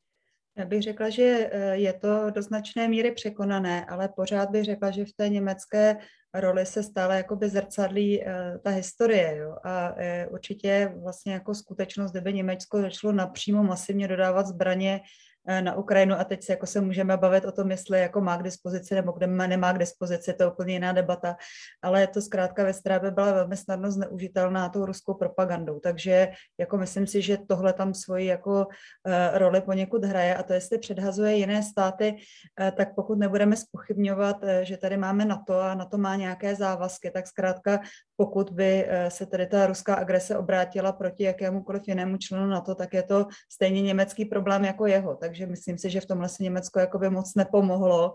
Já bych řekla, že je to do značné míry překonané, ale pořád bych řekla, že v té německé roli se stále jakoby zrcadlí ta historie. Jo? A určitě vlastně jako skutečnost, kdyby Německo začalo napřímo masivně dodávat zbraně na Ukrajinu a teď se, jako se můžeme bavit o tom, jestli jako má k dispozici nebo kde nemá k dispozici, to je úplně jiná debata, ale je to zkrátka věc, která by byla velmi snadno zneužitelná tou ruskou propagandou, takže jako myslím si, že tohle tam svoji jako uh, roli poněkud hraje a to, jestli předhazuje jiné státy, uh, tak pokud nebudeme zpochybňovat, uh, že tady máme NATO a NATO má nějaké závazky, tak zkrátka pokud by uh, se tady ta ruská agrese obrátila proti jakémukoliv jinému členu NATO, tak je to stejně německý problém jako jeho, takže myslím si, že v tomhle se Německo jakoby moc nepomohlo,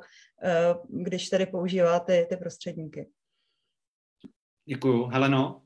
když tady používá ty, ty prostředníky. Děkuju. Heleno?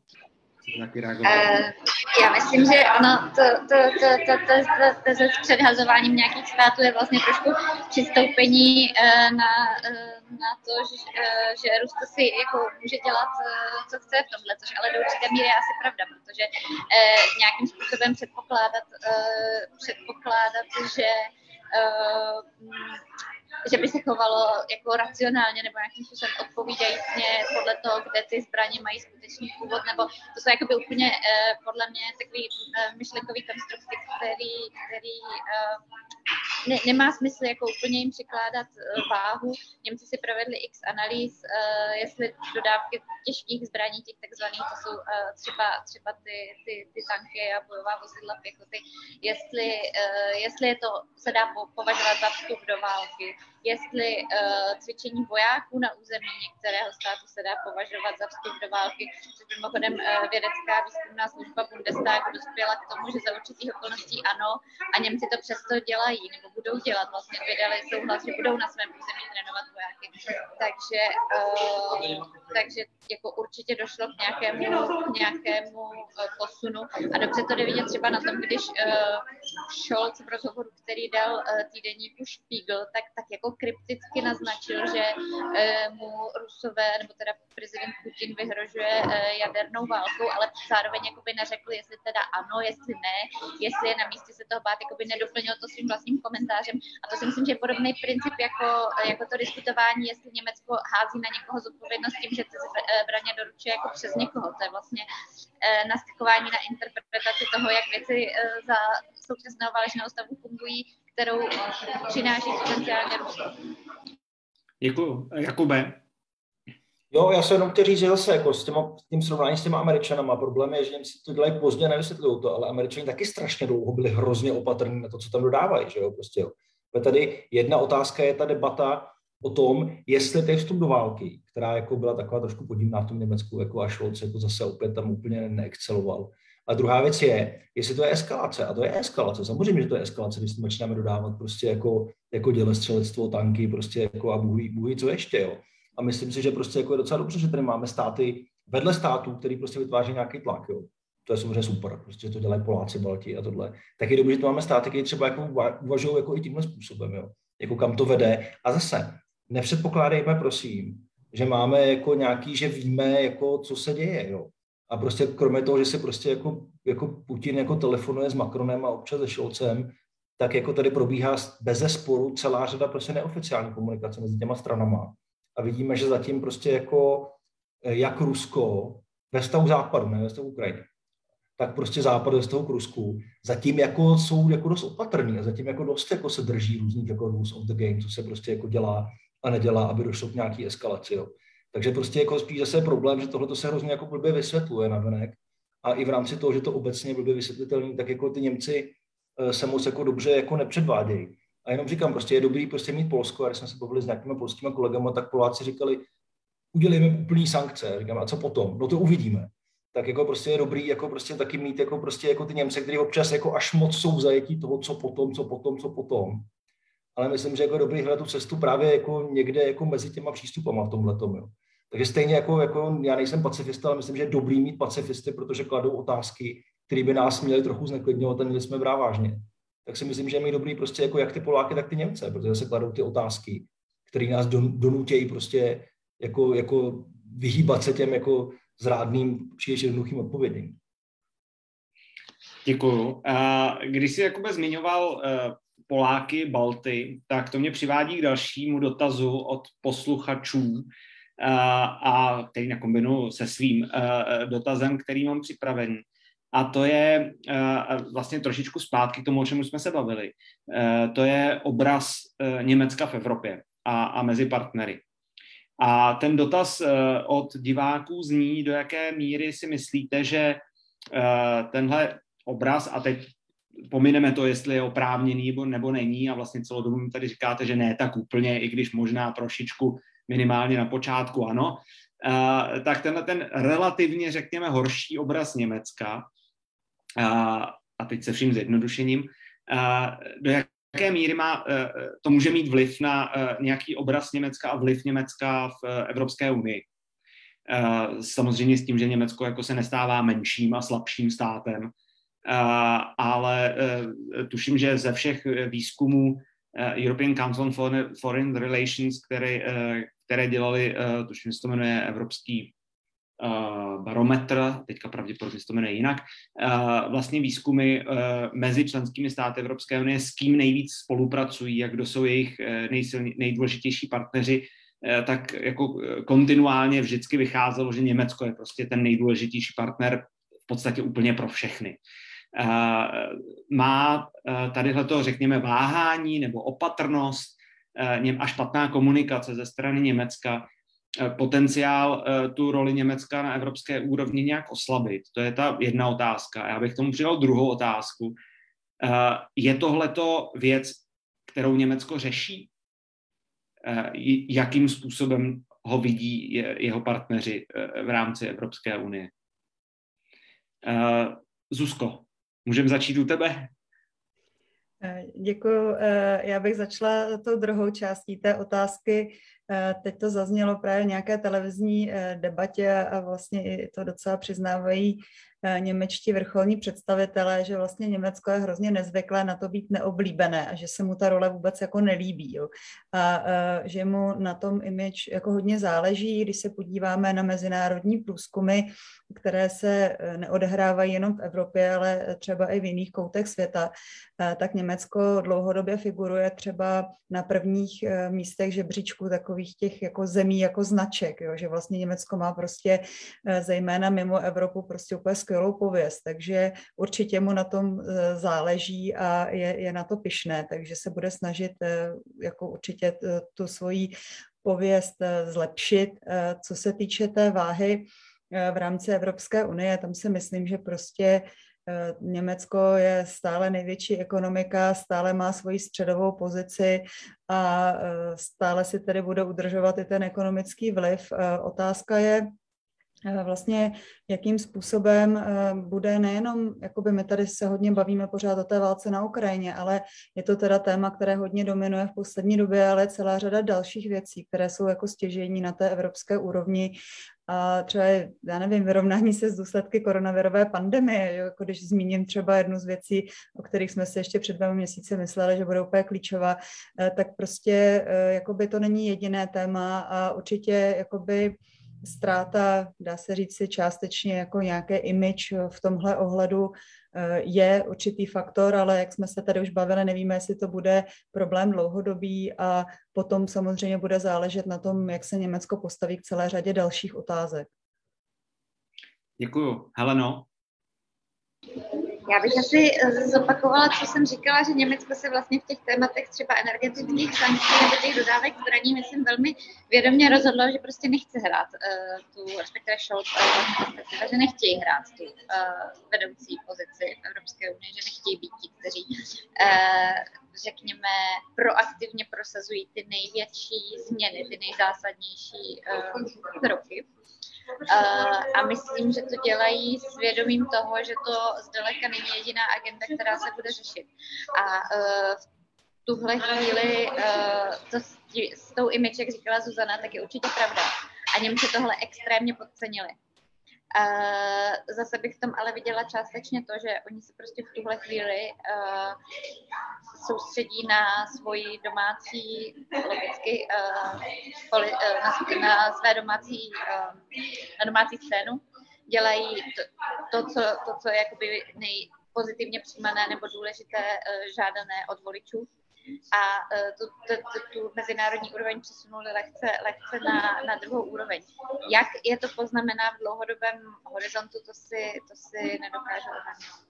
Uh, já myslím, že ono, to, to, to, to, to, to, to, to s předhazováním nějakých států je vlastně trošku přistoupení uh, na, uh, na to, že, uh, že Rusko si jako může dělat, uh, co chce v tomhle, což ale do určité míry je asi pravda, protože uh, nějakým způsobem předpokládat, uh, předpokládat že uh, že by se chovalo jako racionálně nebo nějakým způsobem odpovídajícně podle toho, kde ty zbraně mají skutečný původ, nebo to jsou jakoby úplně eh, podle mě takový eh, myšlenkový konstrukty, který, který eh, ne, nemá smysl jako úplně jim přikládat eh, váhu. Němci si provedli x analýz, eh, jestli dodávky těžkých zbraní, těch takzvaných, to jsou eh, třeba, třeba ty, ty, ty tanky a bojová vozidla pěchoty, jestli, uh, jestli je to, se dá považovat za vstup do války, jestli uh, cvičení vojáků na území některého státu se dá považovat za vstup do války. Mimochodem uh, vědecká výzkumná služba Bundestagu dospěla k tomu, že za určitých okolností ano, a Němci to přesto dělají, nebo budou dělat, vlastně vydali souhlas, že budou na svém území trénovat vojáky. Takže, uh, takže jako určitě došlo k nějakému, k nějakému uh, posunu. A dobře to jde vidět třeba na tom, když uh, Scholz v rozhovoru, který dal uh, týdeníku Spiegel, tak, tak jako krypticky naznačil, že uh, mu Rusové, nebo teda prezident Putin vyhrožuje uh, jadernou válkou, ale zároveň jakoby neřekl, jestli teda ano, jestli ne, jestli je na místě se toho bát, jakoby nedoplnil to svým vlastním komentářem. A to si myslím, že je podobný princip jako, jako to diskutování, jestli Německo hází na někoho zodpovědnost tím, že ty zbraně doručuje jako přes někoho. To je vlastně uh, naskakování na interpretaci toho, jak věci uh, za současného válečného stavu fungují, kterou přináší potenciálně Rusko. Děkuju. Jakube? Jo, já se jenom chtěl říct, že zase jako s, těma, s tím srovnáním s těma Američanama, problém je, že Němci to dělají pozdě, nevysvětlují to, ale Američani taky strašně dlouho byli hrozně opatrní na to, co tam dodávají, že jo, prostě jo. Tady jedna otázka je ta debata o tom, jestli to je vstup do války, která jako byla taková trošku podivná v tom Německu, jako a Scholz jako zase opět tam úplně neexceloval. A druhá věc je, jestli to je eskalace. A to je eskalace. Samozřejmě, že to je eskalace, když jsme začínáme dodávat prostě jako, jako dělostřelectvo, tanky, prostě jako a bůh ví, co ještě, jo. A myslím si, že prostě jako je docela dobře, že tady máme státy vedle států, který prostě vytváří nějaký tlak, jo. To je samozřejmě super, prostě to dělají Poláci, Balti a tohle. Tak je dobré, že to máme státy, které třeba jako uvažují jako i tímhle způsobem, jo. Jako kam to vede. A zase, nepředpokládejme, prosím, že máme jako nějaký, že víme, jako co se děje, jo. A prostě kromě toho, že se prostě jako, jako Putin jako telefonuje s Macronem a občas se Scholzem, tak jako tady probíhá beze sporu celá řada prostě neoficiální komunikace mezi těma stranama. A vidíme, že zatím prostě jako jak Rusko ve stavu západu, ne ve stavu Ukrajiny, tak prostě západ ve stavu k Rusku, zatím jako jsou jako dost opatrný a zatím jako dost jako se drží různých jako rules of the game, co se prostě jako dělá a nedělá, aby došlo k nějaký eskalaci, jo. Takže prostě jako spíš zase je problém, že tohle se hrozně jako blbě vysvětluje navenek a i v rámci toho, že to obecně blbě vysvětlitelný, tak jako ty Němci se moc jako dobře jako nepředvádějí. A jenom říkám, prostě je dobrý prostě mít Polsko, a když jsme se bavili s nějakými polskými kolegama, tak Poláci říkali, udělejme úplný sankce. Říkám, a co potom? No to uvidíme. Tak jako prostě je dobrý jako prostě taky mít jako prostě jako ty Němce, kteří občas jako až moc jsou v zajetí toho, co potom, co potom, co potom. Ale myslím, že jako je dobrý hledat tu cestu právě jako někde jako mezi těma přístupama v tomhletom, jo. Takže stejně jako, jako já nejsem pacifista, ale myslím, že je dobrý mít pacifisty, protože kladou otázky, které by nás měly trochu zneklidňovat a měli jsme brát vážně. Tak si myslím, že je mi dobrý prostě jako jak ty Poláky, tak ty Němce, protože se kladou ty otázky, které nás donutějí prostě jako, jako vyhýbat se těm jako zrádným, příliš jednoduchým odpovědím. Děkuju. Když jsi Jakube zmiňoval Poláky, Balty, tak to mě přivádí k dalšímu dotazu od posluchačů, a který nakombinuji se svým dotazem, který mám připravený. A to je vlastně trošičku zpátky k tomu, o čem jsme se bavili. To je obraz Německa v Evropě a, a mezi partnery. A ten dotaz od diváků zní, do jaké míry si myslíte, že tenhle obraz, a teď pomineme to, jestli je oprávněný nebo není, a vlastně celou dobu mi tady říkáte, že ne tak úplně, i když možná trošičku minimálně na počátku ano, uh, tak tenhle ten relativně, řekněme, horší obraz Německa, uh, a teď se vším zjednodušením, uh, do jaké míry má, uh, to může mít vliv na uh, nějaký obraz Německa a vliv Německa v uh, Evropské unii. Uh, samozřejmě s tím, že Německo jako se nestává menším a slabším státem, uh, ale uh, tuším, že ze všech výzkumů European Council on Foreign Relations, které, které dělali, tuším, se to jmenuje Evropský uh, barometr, teďka pravděpodobně se to jmenuje jinak, uh, vlastně výzkumy uh, mezi členskými státy Evropské unie, s kým nejvíc spolupracují, jak kdo jsou jejich uh, nejsilně, nejdůležitější partneři, uh, tak jako kontinuálně vždycky vycházelo, že Německo je prostě ten nejdůležitější partner v podstatě úplně pro všechny. Uh, má uh, tadyhleto, řekněme, váhání nebo opatrnost uh, a špatná komunikace ze strany Německa uh, potenciál uh, tu roli Německa na evropské úrovni nějak oslabit? To je ta jedna otázka. Já bych tomu přidal druhou otázku. Uh, je tohleto věc, kterou Německo řeší? Uh, jakým způsobem ho vidí je, jeho partneři uh, v rámci Evropské unie? Uh, Zuzko, můžeme začít u tebe? Děkuju. Já bych začala tou druhou částí té otázky. Teď to zaznělo právě v nějaké televizní debatě a vlastně i to docela přiznávají němečtí vrcholní představitelé, že vlastně Německo je hrozně nezvyklé na to být neoblíbené a že se mu ta role vůbec jako nelíbí. Jo. A že mu na tom image jako hodně záleží, když se podíváme na mezinárodní průzkumy, které se neodehrávají jenom v Evropě, ale třeba i v jiných koutech světa, tak Německo dlouhodobě figuruje třeba na prvních místech žebříčku takových těch jako zemí jako značek, jo, že vlastně Německo má prostě zejména mimo Evropu prostě úplně skvělou pověst, takže určitě mu na tom záleží a je, je na to pyšné, takže se bude snažit jako určitě tu svoji pověst zlepšit. Co se týče té váhy v rámci Evropské unie, tam si myslím, že prostě Německo je stále největší ekonomika, stále má svoji středovou pozici a stále si tedy bude udržovat i ten ekonomický vliv. Otázka je vlastně, jakým způsobem bude nejenom, jakoby my tady se hodně bavíme pořád o té válce na Ukrajině, ale je to teda téma, které hodně dominuje v poslední době, ale celá řada dalších věcí, které jsou jako stěžejní na té evropské úrovni. A třeba, já nevím, vyrovnání se s důsledky koronavirové pandemie, jo? Jako když zmíním třeba jednu z věcí, o kterých jsme si ještě před dvěma měsíci mysleli, že bude úplně klíčová, tak prostě jakoby to není jediné téma a určitě jakoby ztráta, dá se říct si částečně jako nějaké image v tomhle ohledu je určitý faktor, ale jak jsme se tady už bavili, nevíme, jestli to bude problém dlouhodobý a potom samozřejmě bude záležet na tom, jak se Německo postaví k celé řadě dalších otázek. Děkuju. Heleno? Já bych asi zopakovala, co jsem říkala, že Německo se vlastně v těch tématech třeba energetických sankcí nebo těch dodávek zbraní, myslím, velmi vědomě rozhodlo, že prostě nechce hrát uh, tu, respektive Scholz, uh, že nechtějí hrát tu uh, vedoucí pozici v Evropské unii, že nechtějí být ti, kteří, uh, řekněme, proaktivně prosazují ty největší změny, ty nejzásadnější uh, kroky. Uh, a myslím, že to dělají s vědomím toho, že to zdaleka není jediná agenda, která se bude řešit. A uh, v tuhle chvíli uh, to s, tí, s tou image, jak říkala Zuzana, tak je určitě pravda. A Němci tohle extrémně podcenili. Uh, zase bych v tom ale viděla částečně to, že oni se prostě v tuhle chvíli uh, soustředí na svoji domácí, logicky, uh, poli, uh, na, na své domácí, uh, na domácí scénu. Dělají to, to, co, to, co je jakoby nejpozitivně přijímané nebo důležité, uh, žádané od voličů. A tu, tu, tu, tu mezinárodní úroveň přesunuli lehce, lehce na, na druhou úroveň. Jak je to poznamená v dlouhodobém horizontu, to si, to si nedokážu odhadnout.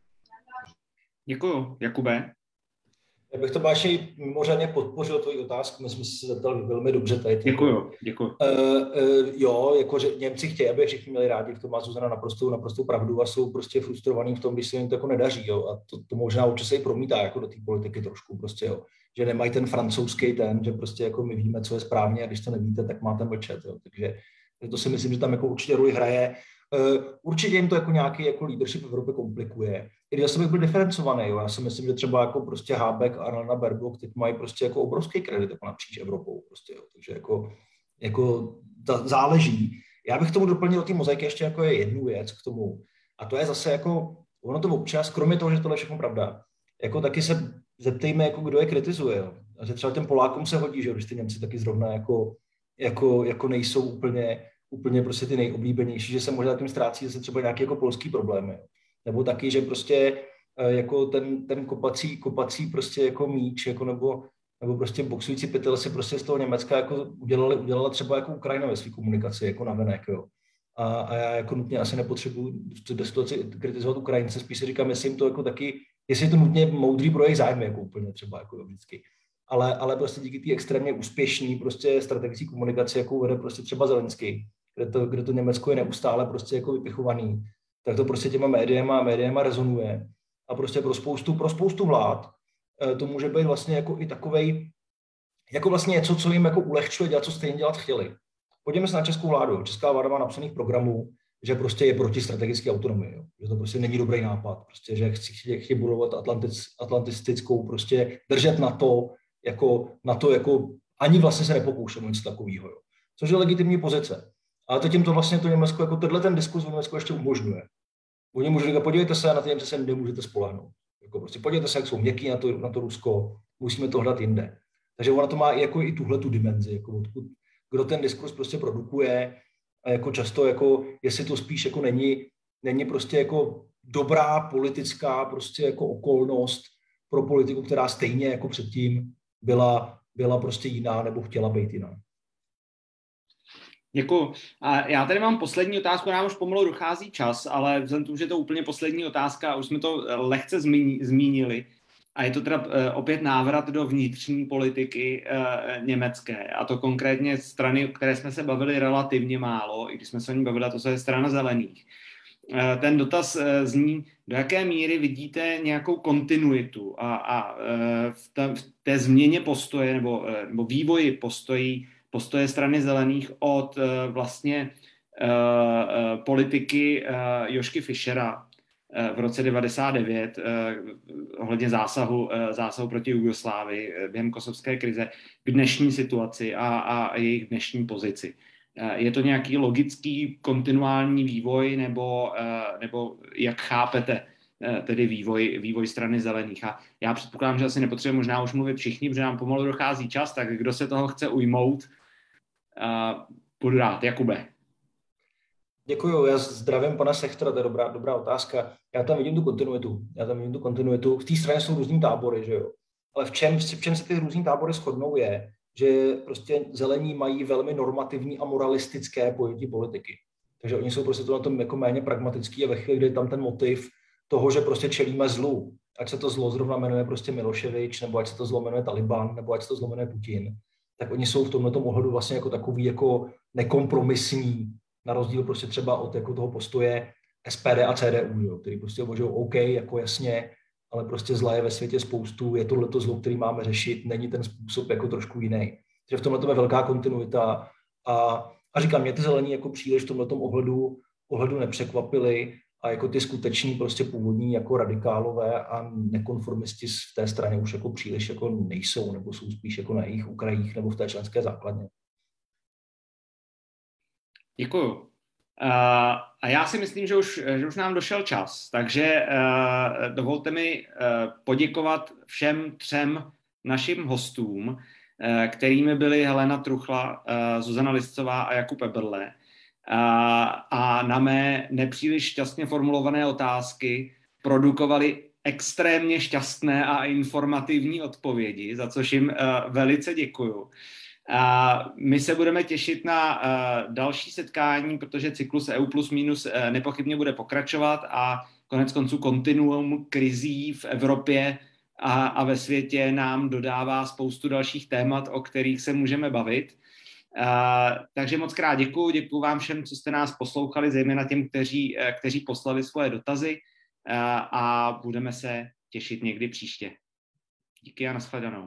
Děkuju. Jakube? Já bych to Báši mimořádně podpořil tvoji otázku, my jsme se zeptali velmi dobře tady. Děkuju, děkuju. Uh, uh, jo, jako že Němci chtějí, aby všichni měli rádi, to má Zuzana naprostou, naprostou pravdu a jsou prostě frustrovaní v tom, když se jim to jako nedaří, jo, a to, to možná určitě se i promítá jako do té politiky trošku prostě, jo, že nemají ten francouzský ten, že prostě jako my víme, co je správně a když to nevíte, tak máte mlčet, jo, takže to si myslím, že tam jako určitě roli hraje. Uh, určitě jim to jako nějaký jako leadership v Evropě komplikuje. I já jsem bych byl diferencovaný, jo. Já si myslím, že třeba jako prostě Habeck a Annalena Baerbock teď mají prostě jako obrovský kredit jako napříč Evropou prostě, jo. Takže jako, jako ta, záleží. Já bych tomu doplnil té mozaiky ještě jako je jednu věc k tomu a to je zase jako, ono to občas, kromě toho, že tohle je všechno pravda, jako taky se zeptejme, jako kdo je kritizuje, jo. A že třeba těm Polákům se hodí, že jo, když ty Němci taky zrovna jako, jako, jako nejsou úplně úplně prostě ty nejoblíbenější, že se možná tím ztrácí zase třeba nějaké jako polský problémy. Nebo taky, že prostě jako ten, ten kopací, kopací prostě jako míč, jako nebo, nebo prostě boxující pytel si prostě z toho Německa jako udělali, udělala třeba jako Ukrajina ve své komunikaci, jako navenek, jo. A, a já jako nutně asi nepotřebuji v té situaci kritizovat Ukrajince, spíš si říkám, jestli jim to jako taky, jestli je to nutně moudrý pro jejich zájmy, jako úplně třeba, jako vždycky. Ale, ale prostě díky té extrémně úspěšné prostě strategické komunikaci, jakou vede prostě třeba Zelenský, kde to, kde to Německo je neustále prostě jako vypichovaný, tak to prostě těma médiema, médiema rezonuje. A prostě pro spoustu, pro spoustu vlád to může být vlastně jako i takovej, jako vlastně něco, co jim jako ulehčuje dělat, co stejně dělat chtěli. Podívejme se na českou vládu. Česká vláda má napsaných programů, že prostě je proti strategické autonomii, jo. Že to prostě není dobrý nápad, prostě, že chci, chci budovat atlantic, atlantistickou, prostě držet na to, jako, na to, jako ani vlastně se nepokouším něco takového, jo. Což je legitimní pozice. Ale to tím to vlastně to Německo, jako tenhle ten diskus v Německu ještě umožňuje. Oni můžou říkat, podívejte se, na ty Němce se nemůžete spolehnout. Jako prostě podívejte se, jak jsou měkký na to, na to Rusko, musíme to hledat jinde. Takže ona to má jako i tuhle tu dimenzi, jako odkud, kdo ten diskurs prostě produkuje a jako často, jako, jestli to spíš jako není, není prostě jako dobrá politická prostě jako okolnost pro politiku, která stejně jako předtím byla, byla prostě jiná nebo chtěla být jiná. Děkuji. A já tady mám poslední otázku, nám už pomalu dochází čas, ale vzhledem k tomu, že je to úplně poslední otázka, už jsme to lehce zmínili, a je to teda opět návrat do vnitřní politiky německé, a to konkrétně strany, o které jsme se bavili relativně málo, i když jsme se o ní bavili, a to je strana zelených. Ten dotaz zní, do jaké míry vidíte nějakou kontinuitu a, a v, té, v té změně postoje nebo, nebo vývoji postojí postoje strany zelených od uh, vlastně uh, uh, politiky uh, Jošky Fischera uh, v roce devadesát devět uh, ohledně zásahu, uh, zásahu proti Jugoslávii uh, během kosovské krize k dnešní situaci a, a jejich dnešní pozici. Uh, je to nějaký logický kontinuální vývoj nebo, uh, nebo jak chápete uh, tedy vývoj, vývoj strany zelených? A já předpokládám, že asi nepotřebujeme možná už mluvit všichni, protože nám pomalu dochází čas, tak kdo se toho chce ujmout, Uh, budu rád. Jakube. Děkuju, já zdravím pana Sechtra, to je dobrá, dobrá otázka. Já tam vidím tu kontinuitu. Já tam vidím tu kontinuitu. V té straně jsou různý tábory, že jo. Ale v čem, v čem se ty různý tábory shodnou je, že prostě zelení mají velmi normativní a moralistické pojetí politiky. Takže oni jsou prostě to na tom jako méně pragmatický a ve chvíli, kdy je tam ten motiv toho, že prostě čelíme zlu, ať se to zlo zrovna jmenuje prostě Miloševič, nebo ať se to zlo jmenuje Taliban, nebo ať se to zlo jmenuje Putin, tak oni jsou v tomto ohledu vlastně jako takový jako nekompromisní, na rozdíl prostě třeba od jako toho postoje S P D a C D U, jo, který prostě uvažují OK, jako jasně, ale prostě zla je ve světě spoustu, je tohleto zlo, který máme řešit, není ten způsob jako trošku jiný. Takže v tomhle je velká kontinuita a, a říkám, mě ty zelení jako příliš v tomhletom ohledu, ohledu nepřekvapily a jako ty skuteční prostě původní jako radikálové a nekonformisti v té straně už jako příliš jako nejsou, nebo jsou spíš jako na jejich okrajích nebo v té členské základně. Děkuju. Uh, a já si myslím, že už, že už nám došel čas, takže uh, dovolte mi uh, poděkovat všem třem našim hostům, uh, kterými byly Helena Truchla, uh, Zuzana Liscová a Jakub Eberle. A, a na mé nepříliš šťastně formulované otázky produkovali extrémně šťastné a informativní odpovědi, za což jim uh, velice děkuju. A my se budeme těšit na uh, další setkání, protože cyklus E U plus minus uh, nepochybně bude pokračovat a konec konců kontinuum krizí v Evropě a, a ve světě nám dodává spoustu dalších témat, o kterých se můžeme bavit. Uh, takže moc krát děkuju, děkuju vám všem, co jste nás poslouchali, zejména těm, kteří, uh, kteří poslali svoje dotazy uh, a budeme se těšit někdy příště. Díky a nashledanou.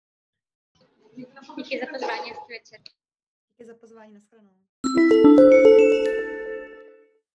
Díky za pozvání, hezký večer. Díky za pozvání, nashledanou.